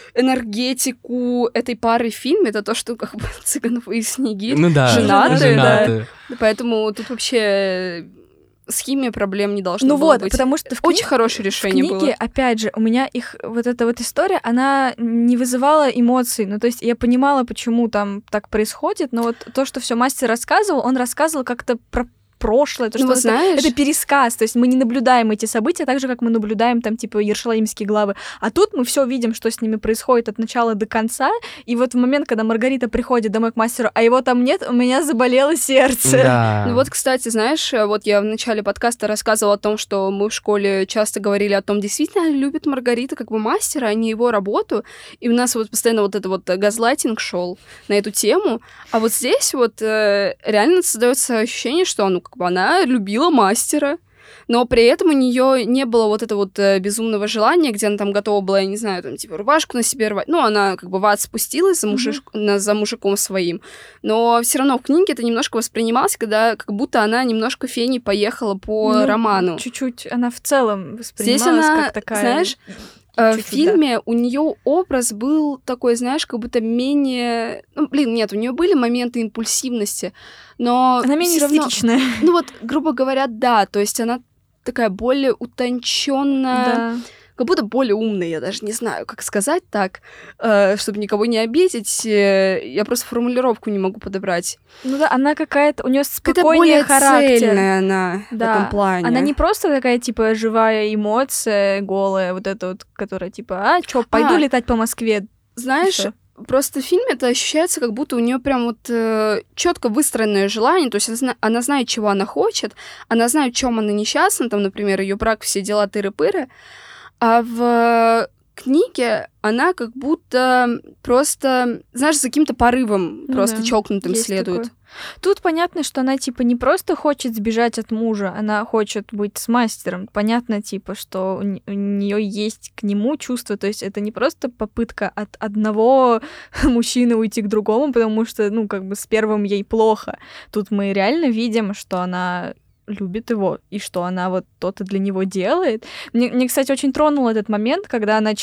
энергетику этой пары в фильме. Это то, что как бы Цыганов и Снегирь так. Ну да, женаты, Поэтому тут вообще с химией проблем не должно Ну было вот, быть. потому что в Очень хорошее В решение книге, было. опять же, у меня их вот эта вот история, она не вызывала эмоций. Ну, то есть я понимала, почему там так происходит, но вот то, что все мастер рассказывал, он рассказывал как-то про прошлое, то, Ну, что вот знаешь- это пересказ, то есть мы не наблюдаем эти события так же, как мы наблюдаем там, типа, Иерушалимские главы. А тут мы все видим, что с ними происходит от начала до конца, и вот в момент, когда Маргарита приходит домой к мастеру, а его там нет, у меня заболело сердце. Да. Ну вот, кстати, знаешь, вот я в начале подкаста рассказывала о том, что мы в школе часто говорили о том, действительно ли любит Маргарита как бы мастера, а не его работу, и у нас вот постоянно вот это вот газлайтинг шел на эту тему, а вот здесь вот реально создается ощущение, что ну как бы она любила мастера, но при этом у нее не было вот этого вот безумного желания, где она там готова была, я не знаю, там типа рубашку на себе рвать. Ну, она как бы в ад спустилась за мужиком своим. Но все равно в книге это немножко воспринималось, когда как будто она немножко феней поехала по Ну, роману. Чуть-чуть она в целом воспринималась Здесь она, как такая... знаешь, в чуть-чуть, фильме у нее образ был такой, знаешь, как будто менее... Ну, блин, нет, у нее были моменты импульсивности, но Она менее всё равно... истеричная. Ну вот, грубо говоря, да, то есть она такая более утонченная, Да. как будто более умная, я даже не знаю, как сказать так, чтобы никого не обидеть, я просто формулировку не могу подобрать. Ну да, она какая-то, у нее Какая-то спокойный более характер. цельная она в Да. этом плане. Она не просто такая, типа, живая эмоция, голая, вот эта вот, которая, типа, чё, пойду летать по Москве. Знаешь, Всё. просто в фильме это ощущается, как будто у нее прям вот четко выстроенное желание, то есть она знает, чего она хочет, она знает, в чем она несчастна, там, например, ее брак, все дела тыры-пыры, а в книге она как будто просто, знаешь, за каким-то порывом Ну просто да, есть чокнутым следует. такое. Тут понятно, что она, типа, не просто хочет сбежать от мужа, она хочет быть с мастером. Понятно, типа, что у нее есть к нему чувство, то есть это не просто попытка от одного мужчины уйти к другому, потому что, ну, как бы с первым ей плохо. Тут мы реально видим, что она любит его, и что она вот то-то для него делает. Мне, кстати, очень тронул этот момент, когда она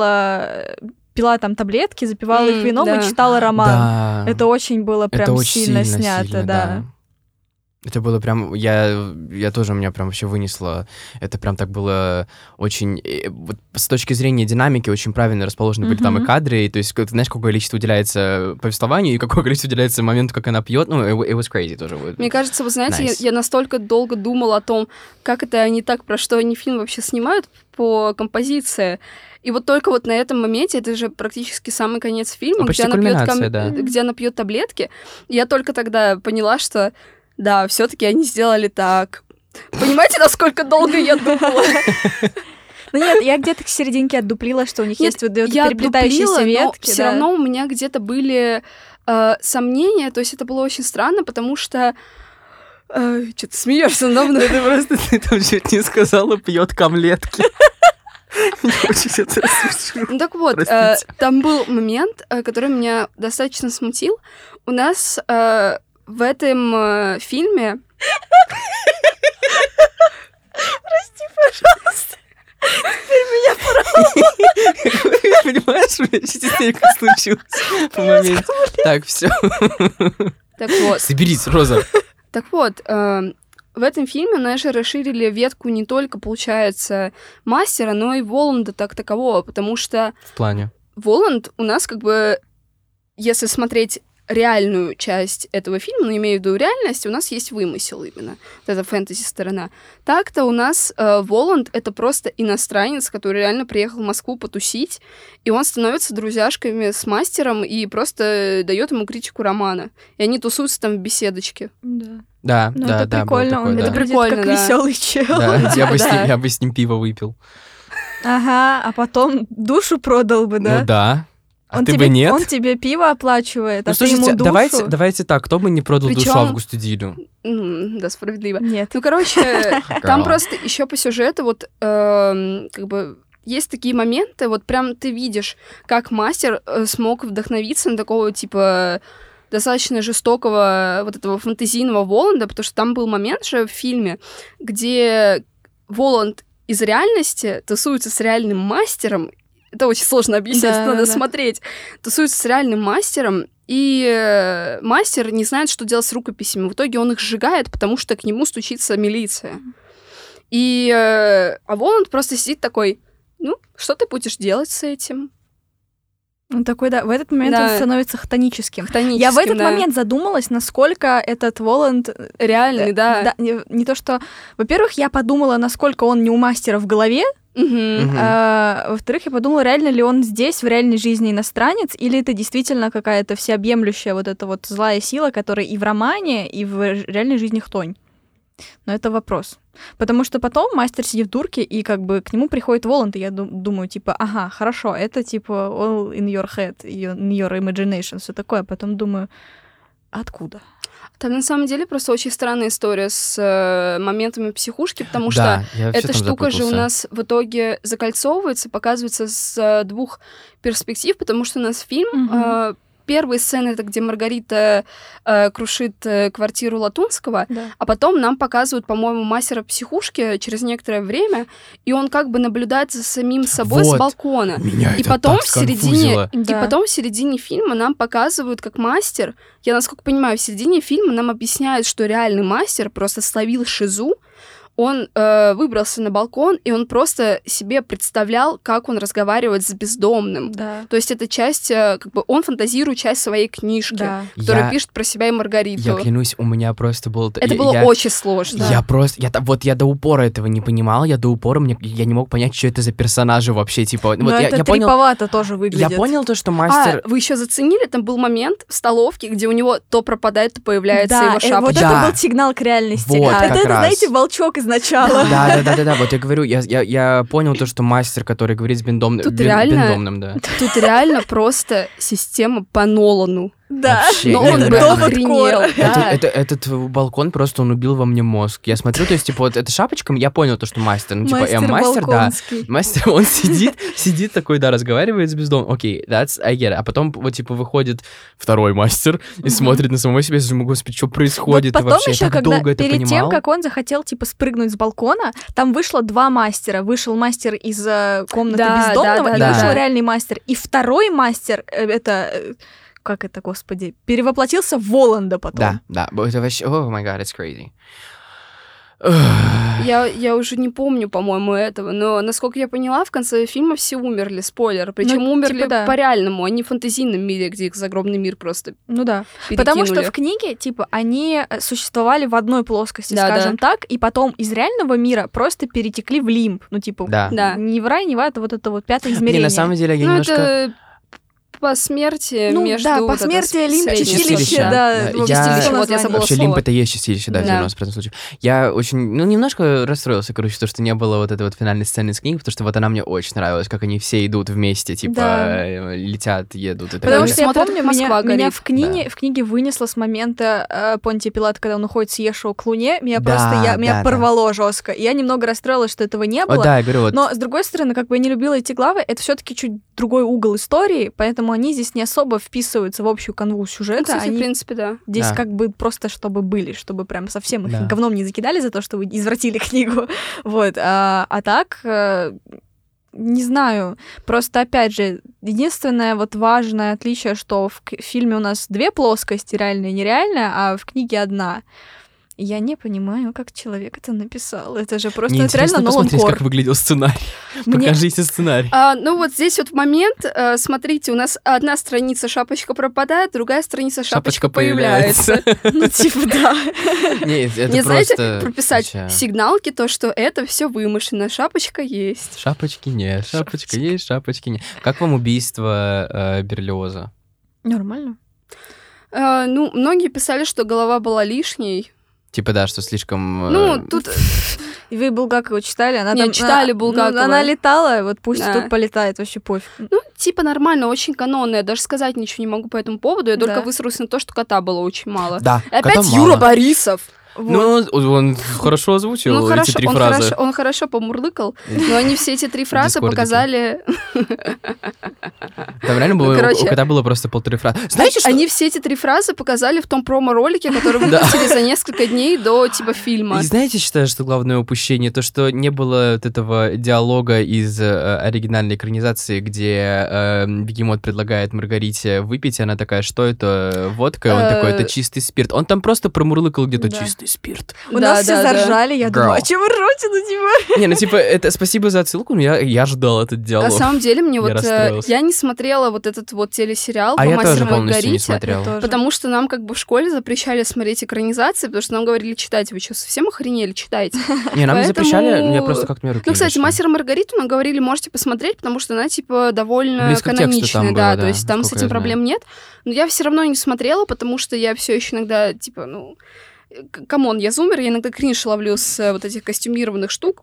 пила там таблетки, запивала их вином да. и читала роман. Да. Это очень было прям Это очень сильно снято, да. Это было прям, я тоже, меня прям вообще вынесло. Это прям так было очень, вот с точки зрения динамики, очень правильно расположены были там и кадры, и, то есть, знаешь, какое количество уделяется повествованию, и какое количество уделяется моменту, как она пьет, ну, it was crazy тоже. Мне кажется, вы знаете, Nice. я настолько долго думала о том, как это они так, про что они фильм вообще снимают по композиции. И вот только вот на этом моменте, это же практически самый конец фильма, Почти где она, кульминация, да. где она пьет таблетки. И я только тогда поняла, что да, все-таки они сделали так. Понимаете, насколько долго я думала? Ну нет, я где-то к серединке отдуплила, что у них есть вот я переплетающиеся отдуплила, но ветки. все равно у меня где-то были сомнения, то есть это было очень странно, потому что... что ты смеешься надо мной? Это просто ты там чуть не сказала, пьет камлетки. Меня очень это рассмешило. Ну так вот, Простите. там был момент, который меня достаточно смутил. У нас в этом фильме... Прости, пожалуйста. Понимаешь, у меня сейчас истерика случилась в моменте. Так, все. Так вот. Соберись, Роза. Так вот, в этом фильме наши расширили ветку не только, получается, мастера, но и Воланда так такового, потому что В плане. Воланд у нас как бы, если смотреть реальную часть этого фильма, ну, имею в виду реальность, у нас есть вымысел именно, вот эта фэнтези-сторона. Так-то у нас Воланд — это просто иностранец, который реально приехал в Москву потусить, и он становится друзьяшками с мастером и просто дает ему критику романа. И они тусуются там в беседочке. Да. Да, Ну, да, это да, прикольно, был он такой, да. выглядит Прикольно, как да. веселый чел. Да, Да. я бы с ним пиво выпил. Ага, а потом душу продал бы, да? Ну да. А Он ты тебе, бы нет? Он тебе пиво оплачивает, Ну, а ты ему слушайте, душу? давайте так, кто бы не продал душу Причём- Августу Дилю? Да, справедливо. Нет. Ну, короче, там Girl. просто еще по сюжету вот как бы есть такие моменты, вот прям ты видишь, как мастер смог вдохновиться на такого типа достаточно жестокого вот этого фэнтезийного Воланда, потому что там был момент же в фильме, где Воланд из реальности тусуется с реальным мастером. Это очень сложно объяснять, Да, надо да. смотреть. Тусуется с реальным мастером, и мастер не знает, что делать с рукописями. В итоге он их сжигает, потому что к нему стучится милиция. И а Воланд просто сидит такой, ну, что ты будешь делать с этим? Он такой, да, в этот момент Да. он становится хтоническим. Хтоническим, Я в этот да. момент задумалась, насколько этот Воланд... Реальный, да. не то, что... Во-первых, я подумала, насколько он не у мастера в голове, Мгм. Мгм. во-вторых, я подумала, реально ли он здесь, в реальной жизни, иностранец, или это действительно какая-то всеобъемлющая вот эта вот злая сила, которая и в романе, и в реальной жизни хтонь. Но это вопрос. Потому что потом мастер сидит в дурке, и как бы к нему приходит Воланд, и я думаю, типа, ага, хорошо, это типа all in your head, in your imagination, все такое. Потом думаю, откуда? Там на самом деле просто очень странная история с моментами психушки, потому что Да, я вообще эта там штука же у запутался. нас в итоге закольцовывается, показывается с двух перспектив, потому что у нас фильм... Мгм. Первая сцена — это где Маргарита крушит квартиру Латунского, Да. а потом нам показывают, по-моему, мастера психушки через некоторое время, и он как бы наблюдает за самим собой с Вот. балкона. Меня И это потом так в середине, сконфузило. и Да. потом в середине фильма нам показывают, как мастер, я насколько понимаю, в середине фильма нам объясняют, что реальный мастер просто словил шизу, он выбрался на балкон, и он просто себе представлял, как он разговаривает с бездомным. Да. То есть это часть, как бы он фантазирует часть своей книжки, Да. которая Я- пишет про себя и Маргариту. Я клянусь, у меня просто был... Это было очень сложно. Я просто... Я до упора этого не понимал, я не мог понять, что это за персонажи вообще, типа... Но Вот это я понял... триповато тоже выглядит. Я понял то, что мастер... Вы еще заценили? Там был момент в столовке, где у него то пропадает, то появляется Да, его шапочка. вот Да. это был сигнал к реальности. Вот, это, как раз. знаете, волчок из начала. Да, вот я говорю, я понял то, что мастер, который говорит с Тут реально- бендомным, да. Тут реально просто система по Нолану. Да, Вообще, Но не, он ну бы реально. охренел. да. Этот балкон просто он убил во мне мозг. Я смотрю, то есть, типа, вот эта шапочка, я понял то, что мастер. Ну, типа, мастер, да. балконский. Мастер, он сидит такой, да, разговаривает с бездомным. Окей, that's I get it. А потом, вот, типа, выходит второй мастер и смотрит на самого себя и думает, господи, что происходит Вот потом вообще? еще, Я так когда долго это перед понимал. тем, как он захотел, типа, спрыгнуть с балкона, там вышло два мастера. Вышел мастер из комнаты Да, бездомного, да, и да, вышел да. реальный мастер. И второй мастер, как это, господи, перевоплотился в Воланда потом. Да. Это вообще... О, my god, it's crazy. Я уже не помню, по-моему, этого, но, насколько я поняла, в конце фильма все умерли, спойлер. Причем умерли типа, да. по-реальному, а не в фантазийном мире, где их загробный мир просто Ну да. перекинули. Потому что в книге, типа, они существовали в одной плоскости, скажем так, и потом из реального мира просто перетекли в лимб. Ну, типа, не в рай, не в ад, а вот это вот пятое измерение. На самом деле я немножко... Это... Посмертие между... Да, посмертие, лимб, чистилище, да. Чистилище, вот я забыла вообще, слово. лимб — это и есть чистилище, да, в 90% случаев. Я очень, немножко расстроился, короче, то, что не было вот этой вот финальной сцены из книги, потому что вот она мне очень нравилась, как они все идут вместе, типа, летят, едут и так далее. Потому что я помню, меня в горит. книге вынесло с момента Понтия Пилата, когда он уходит с Ешуа к Луне, меня порвало жестко. И я немного расстроилась, что этого не было. Да, я говорю, вот. Но, с другой стороны, как бы я не любила эти главы, это все-таки чуть другой угол истории, поэтому они здесь не особо вписываются в общую канву сюжета. Ну, кстати, они в принципе, да. Здесь как бы просто чтобы были, чтобы прям совсем их говном не закидали за то, что вы извратили книгу. Вот. А так, не знаю. Просто, опять же, единственное вот важное отличие, что в фильме у нас две плоскости, реальная и нереальная, а в книге одна. Я не понимаю, как человек это написал. Это же просто Мне это реально интересно Нолан посмотреть, Кор. как выглядел сценарий. Покажите сценарий. Ну вот здесь вот момент, смотрите, у нас одна страница шапочка пропадает, другая страница шапочка появляется. Ну типа да. Не знаете, прописать сигналки, то, что это все вымышленно, шапочка есть. Шапочки нет, шапочка есть, шапочки нет. Как вам убийство Берлиоза? Нормально. Ну, многие писали, что голова была лишней. Типа, да, что слишком... Ну, тут... И вы Булгакова читали? Читали Булгакова. Она летала, вот пусть тут полетает, вообще пофиг. Ну, типа нормально, очень канонно. Я даже сказать ничего не могу по этому поводу. Я только высралась на то, что кота было очень мало. Да, опять Юра Борисов. Вот. Ну, он хорошо озвучил эти три фразы. Он хорошо помурлыкал, но они все эти три фразы показали... Там реально было, у кота было просто 1,5 фразы. Знаете, что? Они все эти три фразы показали в том промо-ролике, который выпустили за несколько дней до, типа, фильма. И знаете, считаю, что главное упущение? То, что не было вот этого диалога из оригинальной экранизации, где Бегемот предлагает Маргарите выпить, и она такая, что это, водка? И он такой, это чистый спирт. Он там просто промурлыкал где-то чистый спирт. У нас все заржали, я думаю, а чего вы ржете, ну типа? Не, ну типа, это спасибо за отсылку, но я ждал этот диалог. На самом деле, мне вот... Я не смотрела вот этот вот телесериал по «Мастеру и Маргарите», потому что нам как бы в школе запрещали смотреть экранизации, потому что нам говорили читать. Вы что, совсем охренели? Читайте. Не, нам не запрещали, я просто как-то мне руки. Ну, кстати, «Мастер и Маргариту» нам говорили, можете посмотреть, потому что она, типа, довольно каноничная, да, то есть там с этим проблем нет. Но я все равно не смотрела, потому что я все еще иногда, типа, ну... Камон, я зумер, я иногда кринж ловлю с вот этих костюмированных штук.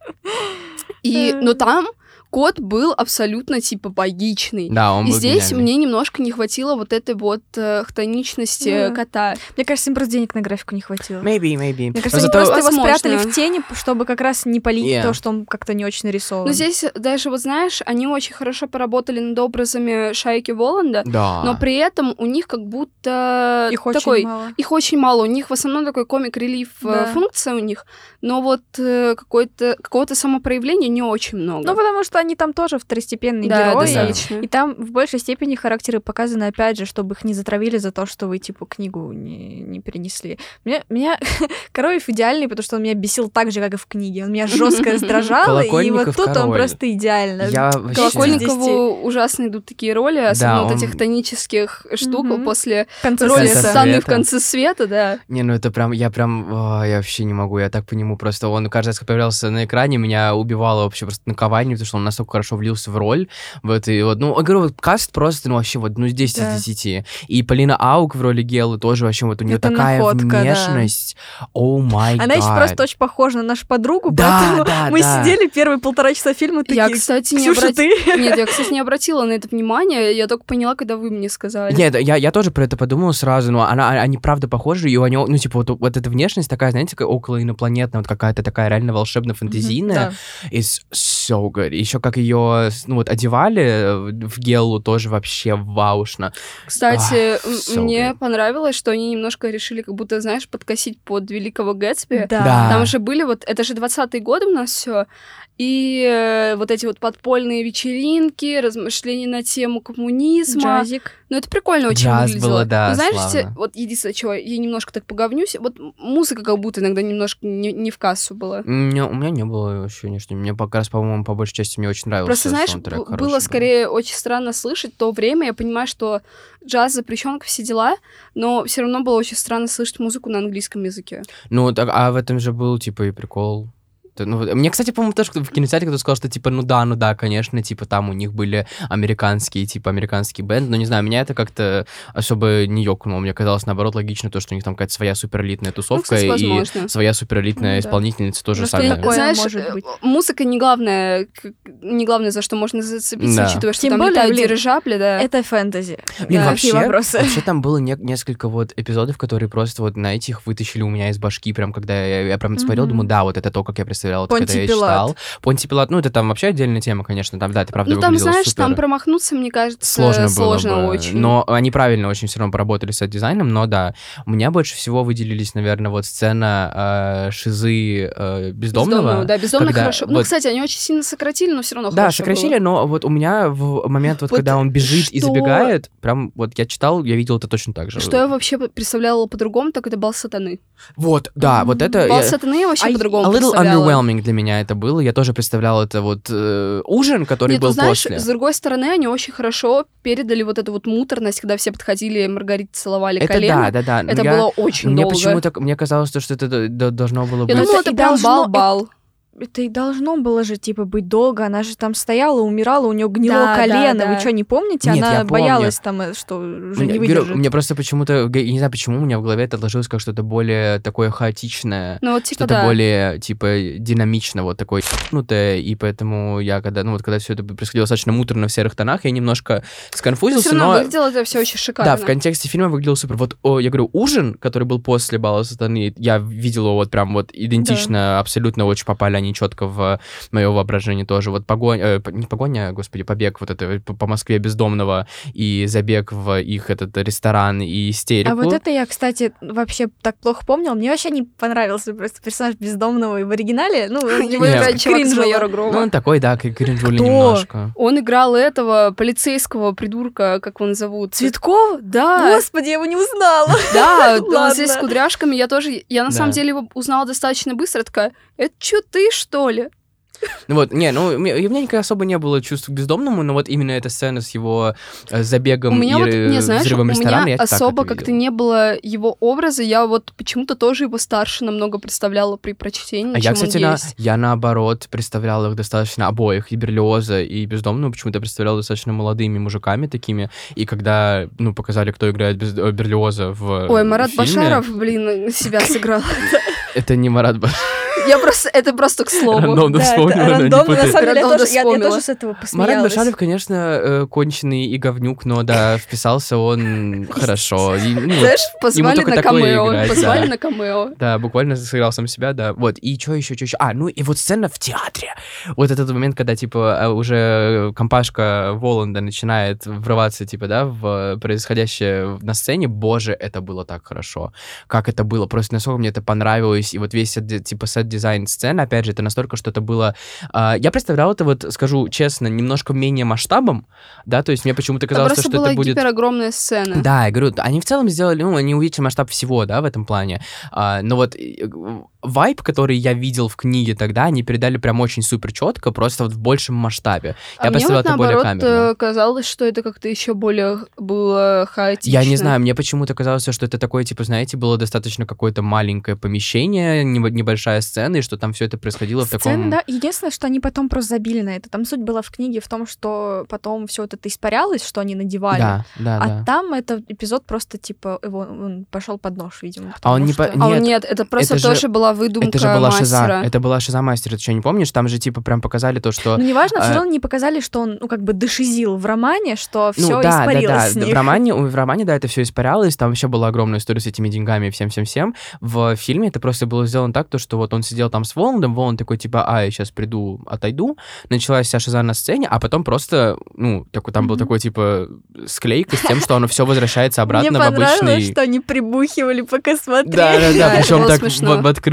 Но там кот был абсолютно, типа, богичный. Да, он был И здесь гениальный. мне немножко не хватило вот этой вот хтоничности кота. Мне кажется, им просто денег на графику не хватило. Maybe. Мне кажется, они просто его спрятали в тени, чтобы как раз не палить то, что он как-то не очень нарисован. Но здесь даже, вот знаешь, они очень хорошо поработали над образами Шайки Воланда, но при этом у них как будто их очень мало. Их очень мало. У них в основном такой комик-релиф функция у них, но вот какого-то самопроявления не очень много. Ну, потому что они там тоже второстепенные герои. И там в большей степени характеры показаны, опять же, чтобы их не затравили за то, что вы, типа, книгу не перенесли. Меня Коровьев идеальный, потому что он меня бесил так же, как и в книге. Он меня жестко раздражал, и вот тут он просто идеально. Колокольникову ужасно идут такие роли, особенно вот этих тонических штук после роли Саны в «Конце света», да. Не, ну это прям, я вообще не могу, я так по нему просто, он каждый раз, когда появлялся на экране, меня убивало вообще просто наковальню, потому что он настолько хорошо влился в роль, в этой вот, ну, я говорю, вот каст просто, ну, вообще вот, ну, 10 из 10. И Полина Аук в роли Гелы тоже вообще, вот у нее такая внешность, о май гад. Она еще просто очень похожа на нашу подругу, поэтому мы сидели первые 1,5 часа фильма такие, я, кстати, Нет, я, кстати, не обратила на это внимание, я только поняла, когда вы мне сказали. Нет, я тоже про это подумала сразу, но они правда похожи, и у нее, ну, типа, вот эта внешность такая, знаете, такая около инопланетная, вот какая-то такая реально волшебно-фантазийная. It's so good. Еще как ее, ну, вот, одевали в Гелу тоже вообще ваушно. Кстати, мне понравилось, что они немножко решили, как будто, знаешь, подкосить под Великого Гэтсби. Да. Там же были вот, это же 20-е годы у нас все. и вот эти вот подпольные вечеринки, размышления на тему коммунизма. Джазик. Ну, это прикольно очень Джаз выглядело. было, да, Но знаешь, славно. вот единственное, чего я немножко так поговнюсь, вот музыка как будто иногда немножко не в кассу была. У меня не было ощущения, что мне как раз, по-моему, по большей части мне очень нравился. Просто, знаешь, саундтрек, хороший было был. скорее очень странно слышать то время. Я понимаю, что джаз запрещен, все дела, но все равно было очень странно слышать музыку на английском языке. Ну, так, а в этом же был, типа, и прикол. Мне, кстати, по-моему, тоже в кинотеатре кто-то сказал, что, типа, ну да, конечно, типа, там у них были американский бенд, но, не знаю, меня это как-то особо не ёкнуло. Мне казалось, наоборот, логично то, что у них там какая-то своя суперэлитная тусовка, кстати, и возможно. своя суперэлитная Ну да. исполнительница тоже Просто сами. такое Знаешь, может быть. музыка не главное, за что можно зацепиться, Да. учитывая, что Тем там более, летают блин, дирижабли, да. Это фэнтези. Блин, Да. Какие вообще, вопросы? вообще там было несколько вот эпизодов, которые просто вот, знаете, их вытащили у меня из башки, прям когда я прям смотрел, думаю, да, вот это то, как я представлял, это когда я Понтий Пилат. читал. Понтий Пилат, ну, это там вообще отдельная тема, конечно, там, да, это правда Ну, там, выглядело знаешь, супер. там промахнуться, мне кажется, Сложно было бы. очень. Но они правильно очень все равно поработали с дизайном, но да. У меня больше всего выделились, наверное, вот сцена Шизы Бездомного. Да, бездомно когда хорошо. Ну, вот- кстати, они очень сильно сократили, но все равно Да, хорошо сократили, было. но вот у меня в момент, вот Вот когда он бежит и что- забегает, прям вот я читал, я видел это точно так же. Что я вообще представляла по-другому, так это бал сатаны. Вот, да, вот это... Бал я- сатаны я вообще A по-другому little представляла. underwhelming для меня это было. Я тоже представлял это вот ужин, который Нет, был ну, знаешь, после. с другой стороны, они очень хорошо передали вот эту вот муторность, когда все подходили, Маргарите целовали Это колено. да. Это было очень Мне долго. почему-то, мне казалось, что это должно было Я быть... думала, это это и прям должно- бал-бал. Это и должно было же, типа, быть долго. Она же там стояла, умирала, у нее гнило Да, колено. да, Вы да. что, не помните? Нет, Она я помню. боялась там, что уже не Говорю, выдержит. мне просто почему-то, я не знаю, почему у меня в голове это отложилось как что-то более такое хаотичное, Ну, вот типа, что-то да. более, типа, динамично, вот такое ебнутое, и поэтому я, когда все это происходило достаточно муторно в серых тонах, я немножко Все сконфузился, равно но... выглядело это все очень шикарно. Да, в контексте фильма выглядел супер. Вот, я говорю, ужин, который был после Бала Сатаны, я видел его вот прям вот идентично, абсолютно очень попали они четко в мое воображение тоже. Вот не погоня, господи, побег вот это по Москве бездомного и забег в их этот ресторан и истерику. А вот это я, кстати, вообще так плохо помнила. Мне вообще не понравился просто персонаж бездомного и в оригинале. Ну, Его Нет. играет чувак из кринжово. майора Ну, Грома. он такой, да, кринжули Кто? немножко. Он играл этого полицейского придурка, как его зовут? Цветков? Да, Господи, я его не узнала. да, он Ладно. здесь с кудряшками. Я на Да. самом деле его узнала достаточно быстро. Такая, это что, ты, что ли? Ну вот, у меня никогда особо не было чувств к бездомному, но вот именно эта сцена с его забегом У меня и вот, не знаешь, у взрывом ресторана, меня я так особо это как-то видел. не было его образа. Я вот почему-то тоже его старше намного представляла при прочтении, А я, чем кстати, он есть. я наоборот представлял их достаточно обоих, и Берлиоза, и Бездомного, почему-то представлял достаточно молодыми мужиками такими, и когда, показали, кто играет Берлиоза в Ой, Марат фильме, Башаров, блин, себя сыграл. это не Марат Башаров. Это просто к слову. Рандомно Да, вспомнил, это но не рандомно, на путай. самом деле, я Рандомно тоже- я вспомнила. тоже с этого Марат посмеялась. Башаров, конечно, конченый и говнюк, но да, вписался он хорошо. И, вот, Знаешь, позвали только на такое камео. играть, Позвали да. на камео. да, буквально сыграл сам себя, да. Вот, и что еще? Ну и вот сцена в театре. Вот этот момент, когда, уже компашка Воланда начинает врываться, в происходящее на сцене. Боже, это было так хорошо. Как это было. Просто насколько мне это понравилось. И вот весь сет-дизайн сцены, опять же, это настолько, что это было... Я представлял это, вот скажу честно, немножко менее масштабом, да, то есть мне почему-то Там казалось, просто что была это будет... гиперогромная сцена. Да, я говорю, они в целом сделали, они увеличили масштаб всего, да, в этом плане. Но вот вайб, который я видел в книге тогда, они передали прям очень супер четко, просто вот в большем масштабе. А Я мне представлял вот это более наоборот камерно. казалось, что это как-то еще более было хаотично. Я не знаю, мне почему-то казалось, что это такое, знаете, было достаточно какое-то маленькое помещение, небольшая сцена, и что там все это происходило в Сцена, таком... да. Единственное, что они потом просто забили на это. Там суть была в книге в том, что потом все это испарялось, что они надевали. Да, да, А да. там этот эпизод просто, он пошел под нож, видимо. А он потому не что- по- Нет, это просто это же- тоже была выдумка Это же была мастера. Шиза. Это была Шиза мастера, ты что, не помнишь? Там же, прям показали то, что... Ну, неважно, все а- равно не показали, что он, дошизил в романе, что все Ну, да, испарилось с да. них. В романе, да, это все испарялось, там вообще была огромная история с этими деньгами и всем-всем-всем. В фильме это просто было сделано так, то, что вот он сидел там с Воландом, Воланд такой, я сейчас приду, отойду. Началась вся Шиза на сцене, а потом просто, там был такой, склейка с тем, что оно все возвращается обратно Мне в понравилось, обычный... что они прибухивали, пока смотрели. Да, Да, это причем было так смешно. в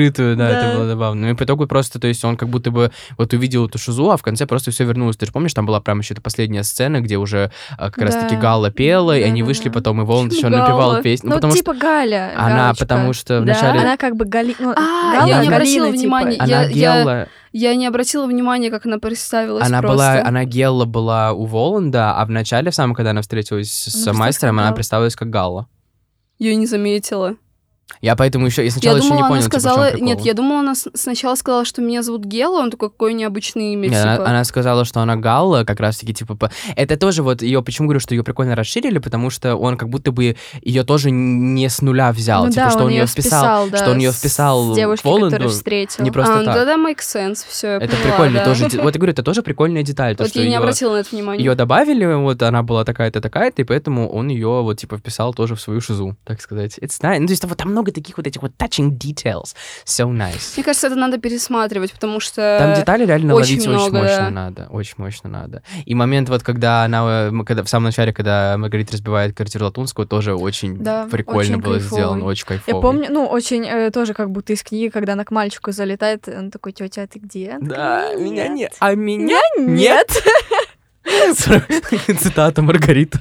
открытую, да, Да. это было забавно. Ну и по итогу просто, то есть он как будто бы вот увидел эту шизу, а в конце просто все вернулось. Ты же помнишь, там была прям еще эта последняя сцена, где уже как раз-таки Да. Галла пела, и Да, они да, вышли да. потом, и Воланд Почему еще напевал Галла? песню. Ну, потому типа Галя. что она, Галочка. потому что Да? вначале... Она как бы Гали... Ну, А, Гала, я не обратила Галина, внимания. типа. Она Я- Гелла... Я не обратила внимания, как она представилась Она просто. Гелла была у Воланда, а в начале, в самом, когда она встретилась с просто мастером, она сказала. представилась как Галла. Я не заметила. Я поэтому еще и Я сначала еще думала, не она понял, типа, в чем сказала... прикол. Нет, я думала, она сначала сказала, что меня зовут Гела, он такой, какое необычное имя, Нет, типа. она сказала, что она Галла, как раз-таки, типа... Это тоже вот ее... Почему говорю, что ее прикольно расширили? Потому что он как будто бы ее тоже не с нуля взял. Ну типа, да, что он ее вписал, да, что он ее с вписал девушки, Воланду. которую встретил. не просто ну так. тогда make sense, все. Это прикольно тоже. Вот я говорю, это тоже прикольная деталь. То, Вот что я не её- обратила на это внимания. Ее добавили, вот она была такая-то, такая-то, и поэтому он ее вот типа вписал тоже в свою шизу, так сказать. It's nice. Ну, то есть вот там много таких вот этих вот touching details. So nice. Мне кажется, это надо пересматривать, потому что... Там детали реально очень ловить очень много, мощно да. надо. Очень мощно надо. И момент вот, когда она, когда в самом начале, когда Маргарита разбивает квартиру Латунского, тоже очень Да, прикольно очень было кайфовый. сделано, очень кайфово. Я помню, ну, очень тоже как будто из книги, когда она к мальчику залетает, он такой, тетя, а ты где? Она Да, такая, меня «Нет». нет. А меня Нет. Цитата Маргарита.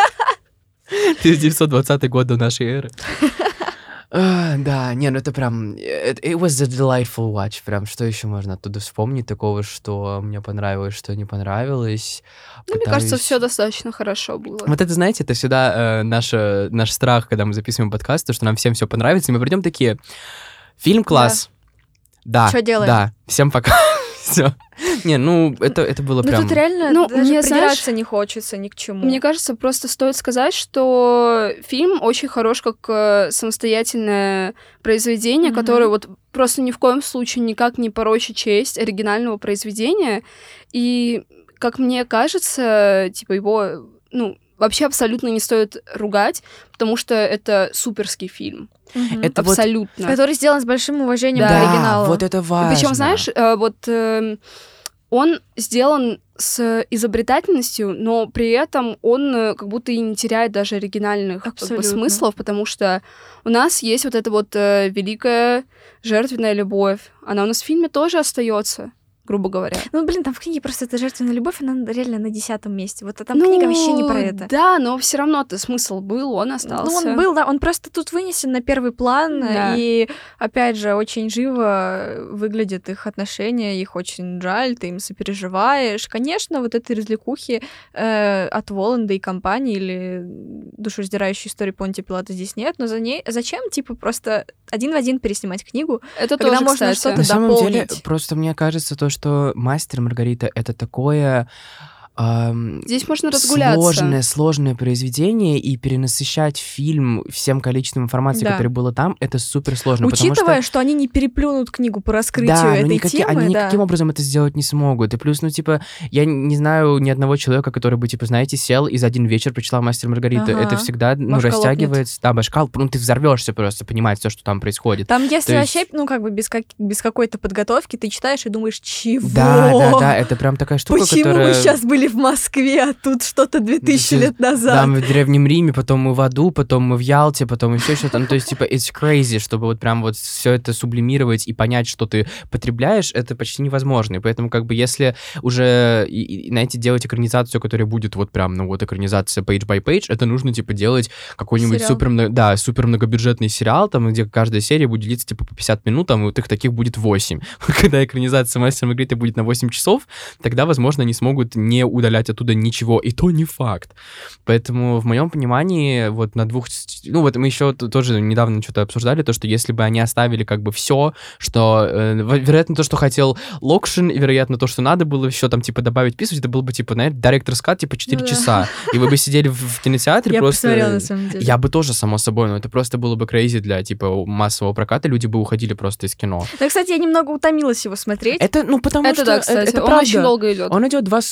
1920 год до нашей эры. Да, не, ну это прям... It was a delightful watch. Прям что еще можно оттуда вспомнить такого, что мне понравилось, что не понравилось? Ну, мне кажется, Пытаюсь- все достаточно хорошо было. Вот это, знаете, это всегда наш страх, когда мы записываем подкаст, то, что нам всем все понравится, и мы придем такие, фильм класс. Да, Чё делаем? да, всем пока. Все. Не, ну, это было Ну, прям... тут реально Ну, даже мне, придираться знаешь, не хочется ни к чему. Мне кажется, просто стоит сказать, что фильм очень хорош как самостоятельное произведение, Мгм. которое вот просто ни в коем случае никак не порочит честь оригинального произведения. И, как мне кажется, типа его, ну, вообще абсолютно не стоит ругать, потому что это суперский фильм. Мгм. Это вот- Абсолютно. Который сделан с большим уважением Да, к оригиналу. вот это важно. Причем, знаешь, он сделан с изобретательностью, но при этом он как будто и не теряет даже оригинальных как бы, Абсолютно. смыслов, потому что у нас есть вот эта вот великая жертвенная любовь. Она у нас в фильме тоже остается, грубо говоря. Ну, блин, там в книге просто эта жертвенная любовь, она реально на 10-м месте. Вот там книга вообще не про это. Да, но все равно-то смысл был, он остался. Ну, он был, да, он просто тут вынесен на первый план, Да. и, опять же, очень живо выглядят их отношения, их очень жаль, ты им сопереживаешь. Конечно, вот этой развлекухи от Воланда и компании или душераздирающей истории Понтия Пилата здесь нет, но зачем, типа, просто один в один переснимать книгу? Это когда тоже, можно кстати. что-то На самом деле, дополнить. просто мне кажется, то, что «Мастер и Маргарита» — это такое... Здесь можно разгуляться. Сложное произведение, и перенасыщать фильм всем количеством информации, Да. которое было там, это супер сложно. Учитывая, что они не переплюнут книгу по раскрытию да, этой но темы, они да. никаким образом это сделать не смогут. И плюс, ну, типа, я не знаю ни одного человека, который бы, типа, знаете, сел и за один вечер прочитал «Мастер и Маргарита». Ага. Это всегда, ну, Башка растягивается. Да, башка, ну, ты взорвешься просто, понимать все, что там происходит. Там, если То есть- вообще, ну, как бы без какой-то подготовки, ты читаешь и думаешь, чего? Да, это прям такая штука, Почему которая... мы сейчас были в Москве, а тут что-то 2000 лет Да, назад? мы в Древнем Риме, потом мы в аду, потом мы в Ялте, потом еще что-то. Ну, то есть, типа, it's crazy, чтобы вот прям вот все это сублимировать и понять, что ты потребляешь, это почти невозможно. И поэтому, как бы, если уже, знаете, делать экранизацию, которая будет вот прям, ну, вот экранизация page by page, это нужно, типа, делать какой-нибудь Сериал. супер многобюджетный сериал, там, где каждая серия будет длиться, типа, по 50 минут, там, и вот их таких будет 8. Когда экранизация «Мастера и Маргариты» будет на 8 часов, тогда, возможно, они смогут не удалять оттуда ничего. И то не факт. Поэтому, в моем понимании, вот на двух... Ну, вот мы еще тоже недавно что-то обсуждали, то, что если бы они оставили как бы все, что... вероятно, то, что хотел Локшин, и, вероятно, то, что надо было еще там, типа, добавить, писать, это было бы, типа, знаете, Director's Cut, типа, 4 Ну да. часа. И вы бы сидели в кинотеатре Я просто... посмотрела, на самом деле. Я бы тоже, само собой, но это просто было бы крейзи для, типа, массового проката, люди бы уходили просто из кино. Да, кстати, я немного утомилась его смотреть. Это, ну, потому Это что... да, кстати. это Он правда. очень долго идет. Он идет 2:40, он идет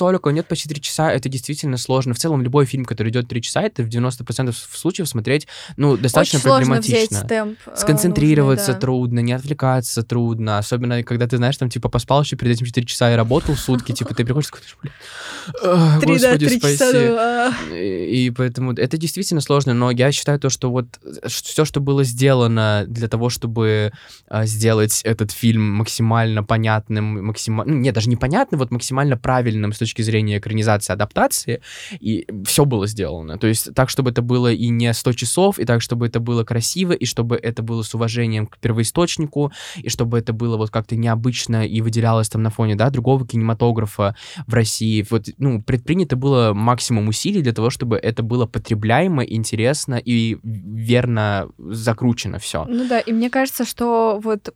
по 4 часа это действительно сложно. В целом, любой фильм, который идет 3 часа, это в 90% случаев смотреть, достаточно очень проблематично. Сложно взять темп, сконцентрироваться нужный, да. трудно, не отвлекаться трудно. Особенно, когда ты, знаешь, там, типа, поспал еще перед этим 4 часа и работал сутки, типа, ты приходишь и говоришь, Господи, спаси. И поэтому это действительно сложно, но я считаю то, что вот все, что было сделано для того, чтобы сделать этот фильм максимально понятным, даже непонятным, вот максимально правильным с точки зрения экранизации, адаптации, и все было сделано. То есть так, чтобы это было и не 100 часов, и так, чтобы это было красиво, и чтобы это было с уважением к первоисточнику, и чтобы это было вот как-то необычно и выделялось там на фоне, да, другого кинематографа в России. Вот, предпринято было максимум усилий для того, чтобы это было потребляемо, интересно и верно закручено все. Ну да, и мне кажется, что вот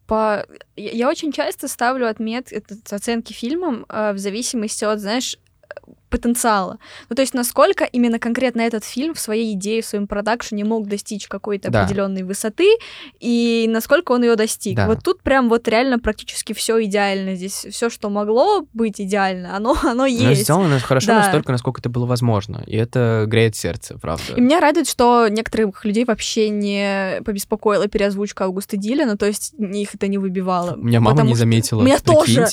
я очень часто ставлю оценки фильмам в зависимости от, знаешь, потенциала. То есть насколько именно конкретно этот фильм в своей идее, в своем продакшене мог достичь какой-то определенной высоты, и насколько он ее достиг. Да. Вот тут прям вот реально практически все идеально. Здесь все, что могло быть идеально, оно есть. Но сделано хорошо настолько, насколько это было возможно. И это греет сердце, правда. И меня радует, что некоторых людей вообще не побеспокоила переозвучка Аугуста Дилля, то есть их это не выбивало. У меня мама не заметила. Меня тоже.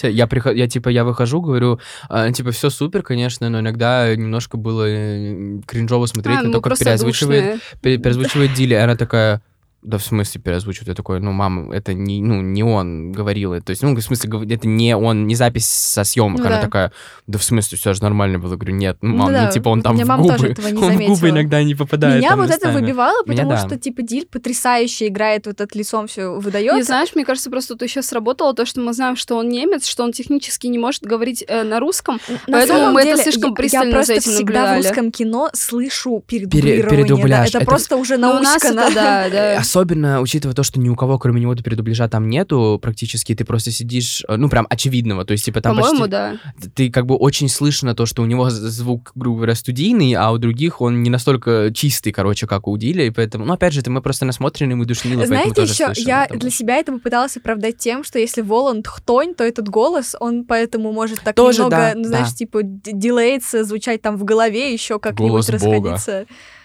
Я выхожу, говорю, все супер, конечно, но иногда немножко было кринжово смотреть на то, как переозвучивает Дилли. И она такая, да в смысле переозвучивает? Я такой, мам, это не он говорил. То есть, в смысле, это не он, не запись со съемок. Она такая, да в смысле, все же нормально было. Говорю, нет, мам, он там в губы. Тоже этого не он заметила. в губы иногда не попадает. Меня вот это выбивало, потому меня, что, Диль потрясающе играет, вот это лицом все выдает. Не знаешь, мне кажется, просто тут еще сработало то, что мы знаем, что он немец, что он технически не может говорить на русском, поэтому мы это слишком пристально за этим наблюдали. Я просто всегда в русском кино слышу передублирование. Это просто уже науськано. Да. Особенно, учитывая то, что ни у кого, кроме него, передубляжа там нету практически, ты просто сидишь, прям очевидного, то есть, типа, там по-моему, почти... да. Ты как бы очень слышно то, что у него звук, грубо говоря, студийный, а у других он не настолько чистый, как у Дилля, и поэтому, опять же, мы просто насмотрены, мы душнилы, поэтому тоже слышим. Знаете, еще я для себя это попыталась оправдать тем, что если Воланд хтонь, то этот голос, он поэтому может так тоже, немного, дилеется, звучать там в голове, еще как-нибудь расходиться.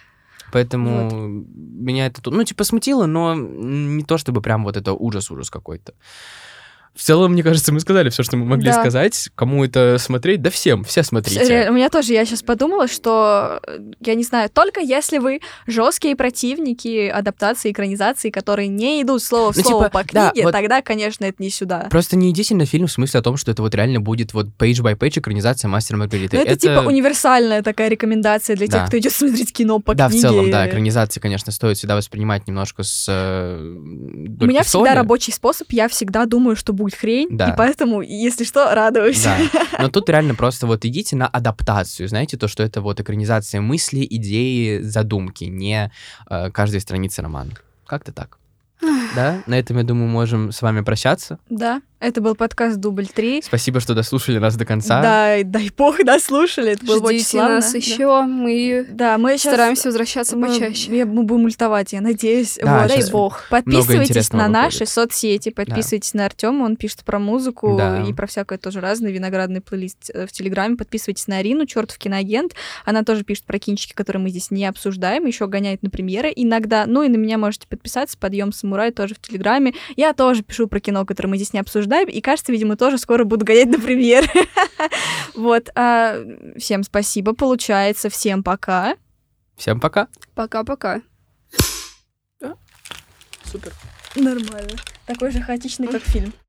Поэтому меня это, смутило, но не то, чтобы прям вот это ужас какой-то. В целом, мне кажется, мы сказали все, что мы могли сказать. Кому это смотреть? Да всем, все смотрите. У меня тоже, я сейчас подумала, что, я не знаю, только если вы жесткие противники адаптации, экранизации, которые не идут слово в слово по книге, тогда, конечно, это не сюда. Просто не идите на фильм в смысле о том, что это вот реально будет вот page-by-page экранизация «Мастера и Маргариты». Это типа универсальная такая рекомендация для тех, кто идет смотреть кино по книге. Да, в целом, экранизации, конечно, стоит всегда воспринимать немножко с У меня всегда рабочий способ, я всегда думаю, что будет хрень, и поэтому, если что, радуюсь. Да, но тут реально просто вот идите на адаптацию, знаете, то, что это вот экранизация мысли, идеи, задумки, не каждой страницы романа. Как-то так. Да, на этом, я думаю, можем с вами прощаться. Да, это был подкаст «Дубль 3». Спасибо, что дослушали нас до конца. Да, дай бог дослушали, это было очень славно. Нас еще, мы стараемся возвращаться почаще. Мы будем ультовать, я надеюсь. Да, дай бог. Подписывайтесь на наши соцсети, подписывайтесь на Артема, он пишет про музыку и про всякое тоже разное, виноградный плейлист в Телеграме. Подписывайтесь на Арину, чертов киноагент. Она тоже пишет про кинчики, которые мы здесь не обсуждаем, еще гоняет на премьеры иногда. И на меня можете подписаться, «Подъем самурай» тоже в Телеграме. Я тоже пишу про кино, которое мы здесь не обсуждаем, и, кажется, видимо, тоже скоро буду гонять на премьеры. Вот. Всем спасибо, получается. Всем пока. Всем пока. Пока-пока. Супер. Нормально. Такой же хаотичный, как фильм.